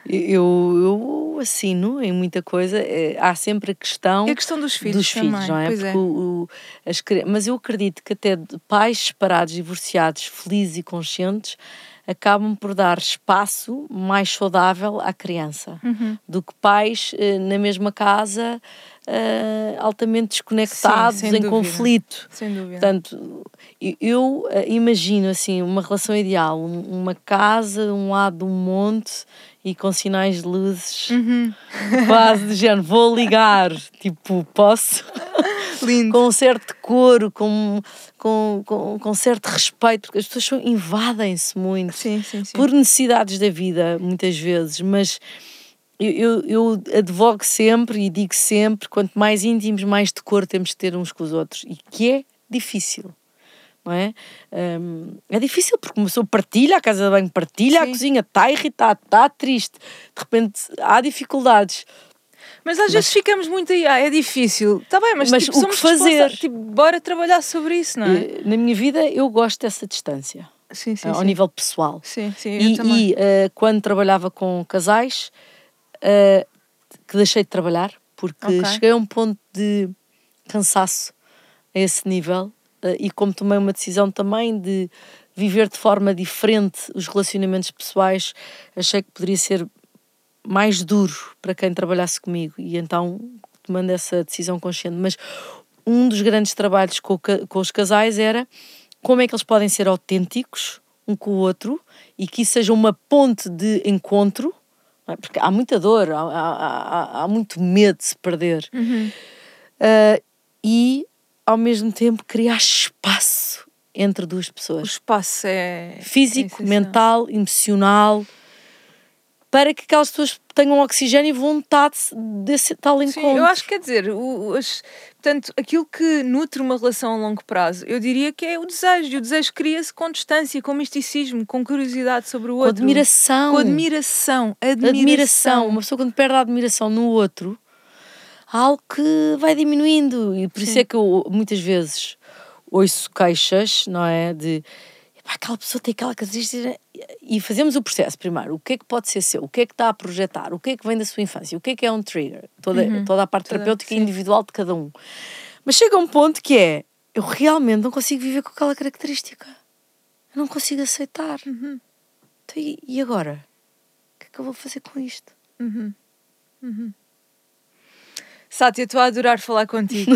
Eu, eu assino em muita coisa. É, há sempre a questão, e a questão dos filhos, dos também, filhos, não é? Pois Porque é. O, o, as, mas eu acredito que até pais separados, divorciados, felizes e conscientes, acabam por dar espaço mais saudável à criança Uhum. do que pais eh, na mesma casa eh, altamente desconectados, Sim, em dúvida. conflito. Sem dúvida. Portanto, eu, eu eh, imagino assim uma relação ideal, um, uma casa, um lado de um monte e com sinais de luzes, uhum. quase de género, vou ligar, tipo, posso? Lindo. Com um certo decoro, com, com, com, com certo respeito, porque as pessoas invadem-se muito sim, sim, sim. por necessidades da vida, muitas vezes, mas eu, eu, eu advogo sempre e digo sempre, quanto mais íntimos, mais decoro temos de ter uns com os outros, e que é difícil. Não é? Um, é difícil porque uma pessoa partilha, a casa de banho partilha, sim. A cozinha está irritada, está triste, de repente há dificuldades. Mas às mas, vezes ficamos muito aí, ah, é difícil, está bem, mas, mas tipo, o somos que fazer? Tipo, bora trabalhar sobre isso, não é? Na minha vida eu gosto dessa distância, sim, sim, ao sim. nível pessoal. Sim, sim, e, eu também. E uh, quando trabalhava com casais, uh, que deixei de trabalhar, porque okay. cheguei a um ponto de cansaço a esse nível. Uh, e como tomei uma decisão também de viver de forma diferente os relacionamentos pessoais, achei que poderia ser mais duro para quem trabalhasse comigo, e então tomando essa decisão consciente. Mas um dos grandes trabalhos com, com os casais era como é que eles podem ser autênticos um com o outro e que isso seja uma ponte de encontro, não é? Porque há muita dor, há, há, há, há muito medo de se perder. Uhum. Uh, e ao mesmo tempo criar espaço entre duas pessoas. O espaço é físico, é mental, emocional, para que aquelas pessoas tenham oxigênio e vontade desse tal encontro. Sim, eu acho que quer dizer, o, as, portanto, aquilo que nutre uma relação a longo prazo, eu diria que é o desejo, e o desejo cria-se com distância, com misticismo, com curiosidade sobre o outro. Com admiração. Com admiração. Admiração. admiração. Uma pessoa quando perde a admiração no outro, há algo que vai diminuindo, e por Sim. isso é que eu muitas vezes ouço queixas, não é, de aquela pessoa tem aquela característica, e fazemos o processo primeiro, o que é que pode ser seu, o que é que está a projetar, o que é que vem da sua infância, o que é que é um trigger, toda, uhum. toda a parte toda, terapêutica sim. e individual de cada um. Mas chega um ponto que é, eu realmente não consigo viver com aquela característica, eu não consigo aceitar. Uhum. Então, e, e agora? O que é que eu vou fazer com isto? Uhum. Uhum. Sátia, estou a adorar falar contigo.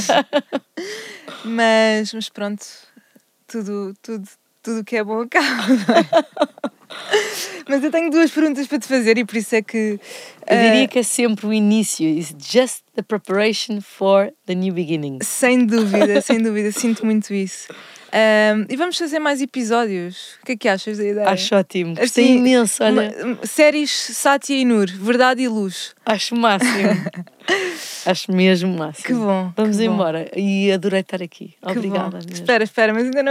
mas, mas pronto, tudo, tudo, tudo que é bom acaba, não é? Mas eu tenho duas perguntas para te fazer, e por isso é que... Uh, eu diria que é sempre o início. It's just the preparation for the new beginning. Sem dúvida, sem dúvida. Sinto muito isso. Um, e vamos fazer mais episódios. O que é que achas da ideia? Acho ótimo. Gostei assim, imenso, olha. Uma, séries Sátia e Nur, Verdade e Luz. Acho máximo. Acho mesmo máximo. Que bom. Vamos que embora. Bom. E adorei estar aqui. Que Obrigada. Espera, espera, mas ainda não...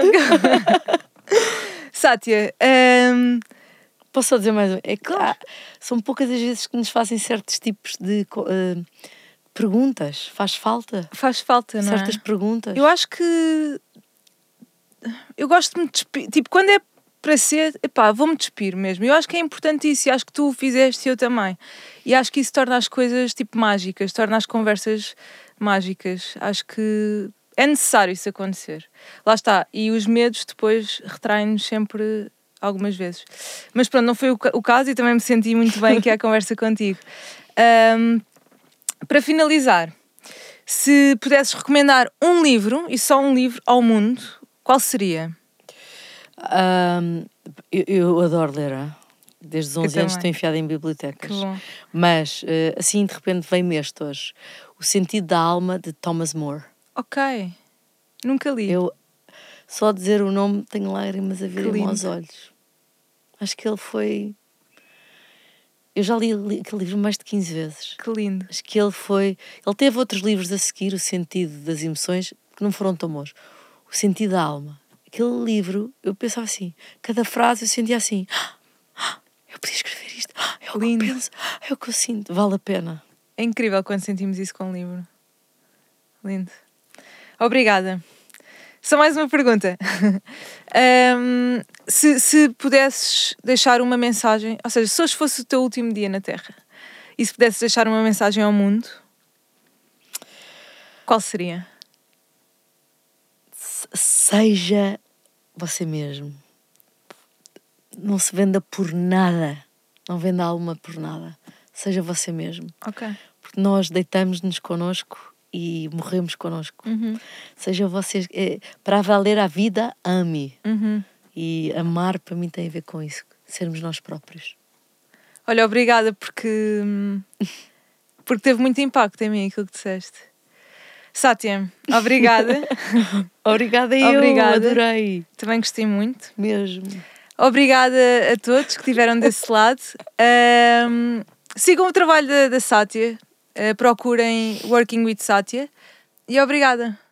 Sátia, um... posso só dizer mais um? É que claro. há, são poucas as vezes que nos fazem certos tipos de uh, perguntas. Faz falta. Faz falta, não é? Certas perguntas. Eu acho que... Eu gosto de me despedir... Tipo, quando é para ser, epá, vou-me despir mesmo. Eu acho que é importante isso, e acho que tu o fizeste e eu também. E acho que isso torna as coisas, tipo, mágicas, torna as conversas mágicas. Acho que é necessário isso acontecer. Lá está. E os medos depois retraem-nos sempre algumas vezes. Mas pronto, não foi o, o caso, e também me senti muito bem aqui à conversa contigo. Um, para finalizar, se pudesses recomendar um livro, e só um livro, ao mundo, qual seria? Um, eu, eu adoro ler, hein? Desde os onze Eu anos também. estou enfiada em bibliotecas. Que bom. Mas, uh, assim, de repente, veio-me este hoje. O Sentido da Alma, de Thomas More. Ok. Nunca li. Eu, só dizer o nome, tenho lágrimas a Que virem-me lindo. aos olhos. Acho que ele foi... Eu já li, li aquele livro mais de quinze vezes. Que lindo. Acho que ele foi... Ele teve outros livros a seguir, O Sentido das Emoções, que não foram tão bons. O Sentido da Alma. Aquele livro, eu pensava assim, cada frase eu sentia assim, ah, eu podia escrever isto, ah, é o Lindo. que eu penso, é o que eu sinto, vale a pena. É incrível quando sentimos isso com o livro. Lindo. Obrigada. Só mais uma pergunta. um, se, se pudesses deixar uma mensagem, ou seja, se hoje fosse o teu último dia na Terra, e se pudesses deixar uma mensagem ao mundo, qual seria? Seja você mesmo. Não se venda por nada. Não venda a alma por nada. Seja você mesmo. Ok. Porque nós deitamos-nos connosco e morremos connosco. Uhum. Seja você... É, para valer a vida, ame. Uhum. E amar, para mim, tem a ver com isso. Sermos nós próprios. Olha, obrigada, porque, porque teve muito impacto em mim aquilo que disseste. Sátia, obrigada. Obrigada eu, Obrigada. Adorei. Também gostei muito. Mesmo. Obrigada a todos que estiveram desse lado. Um, sigam o trabalho da, da Sátia. Uh, procurem Working with Sátia. E obrigada.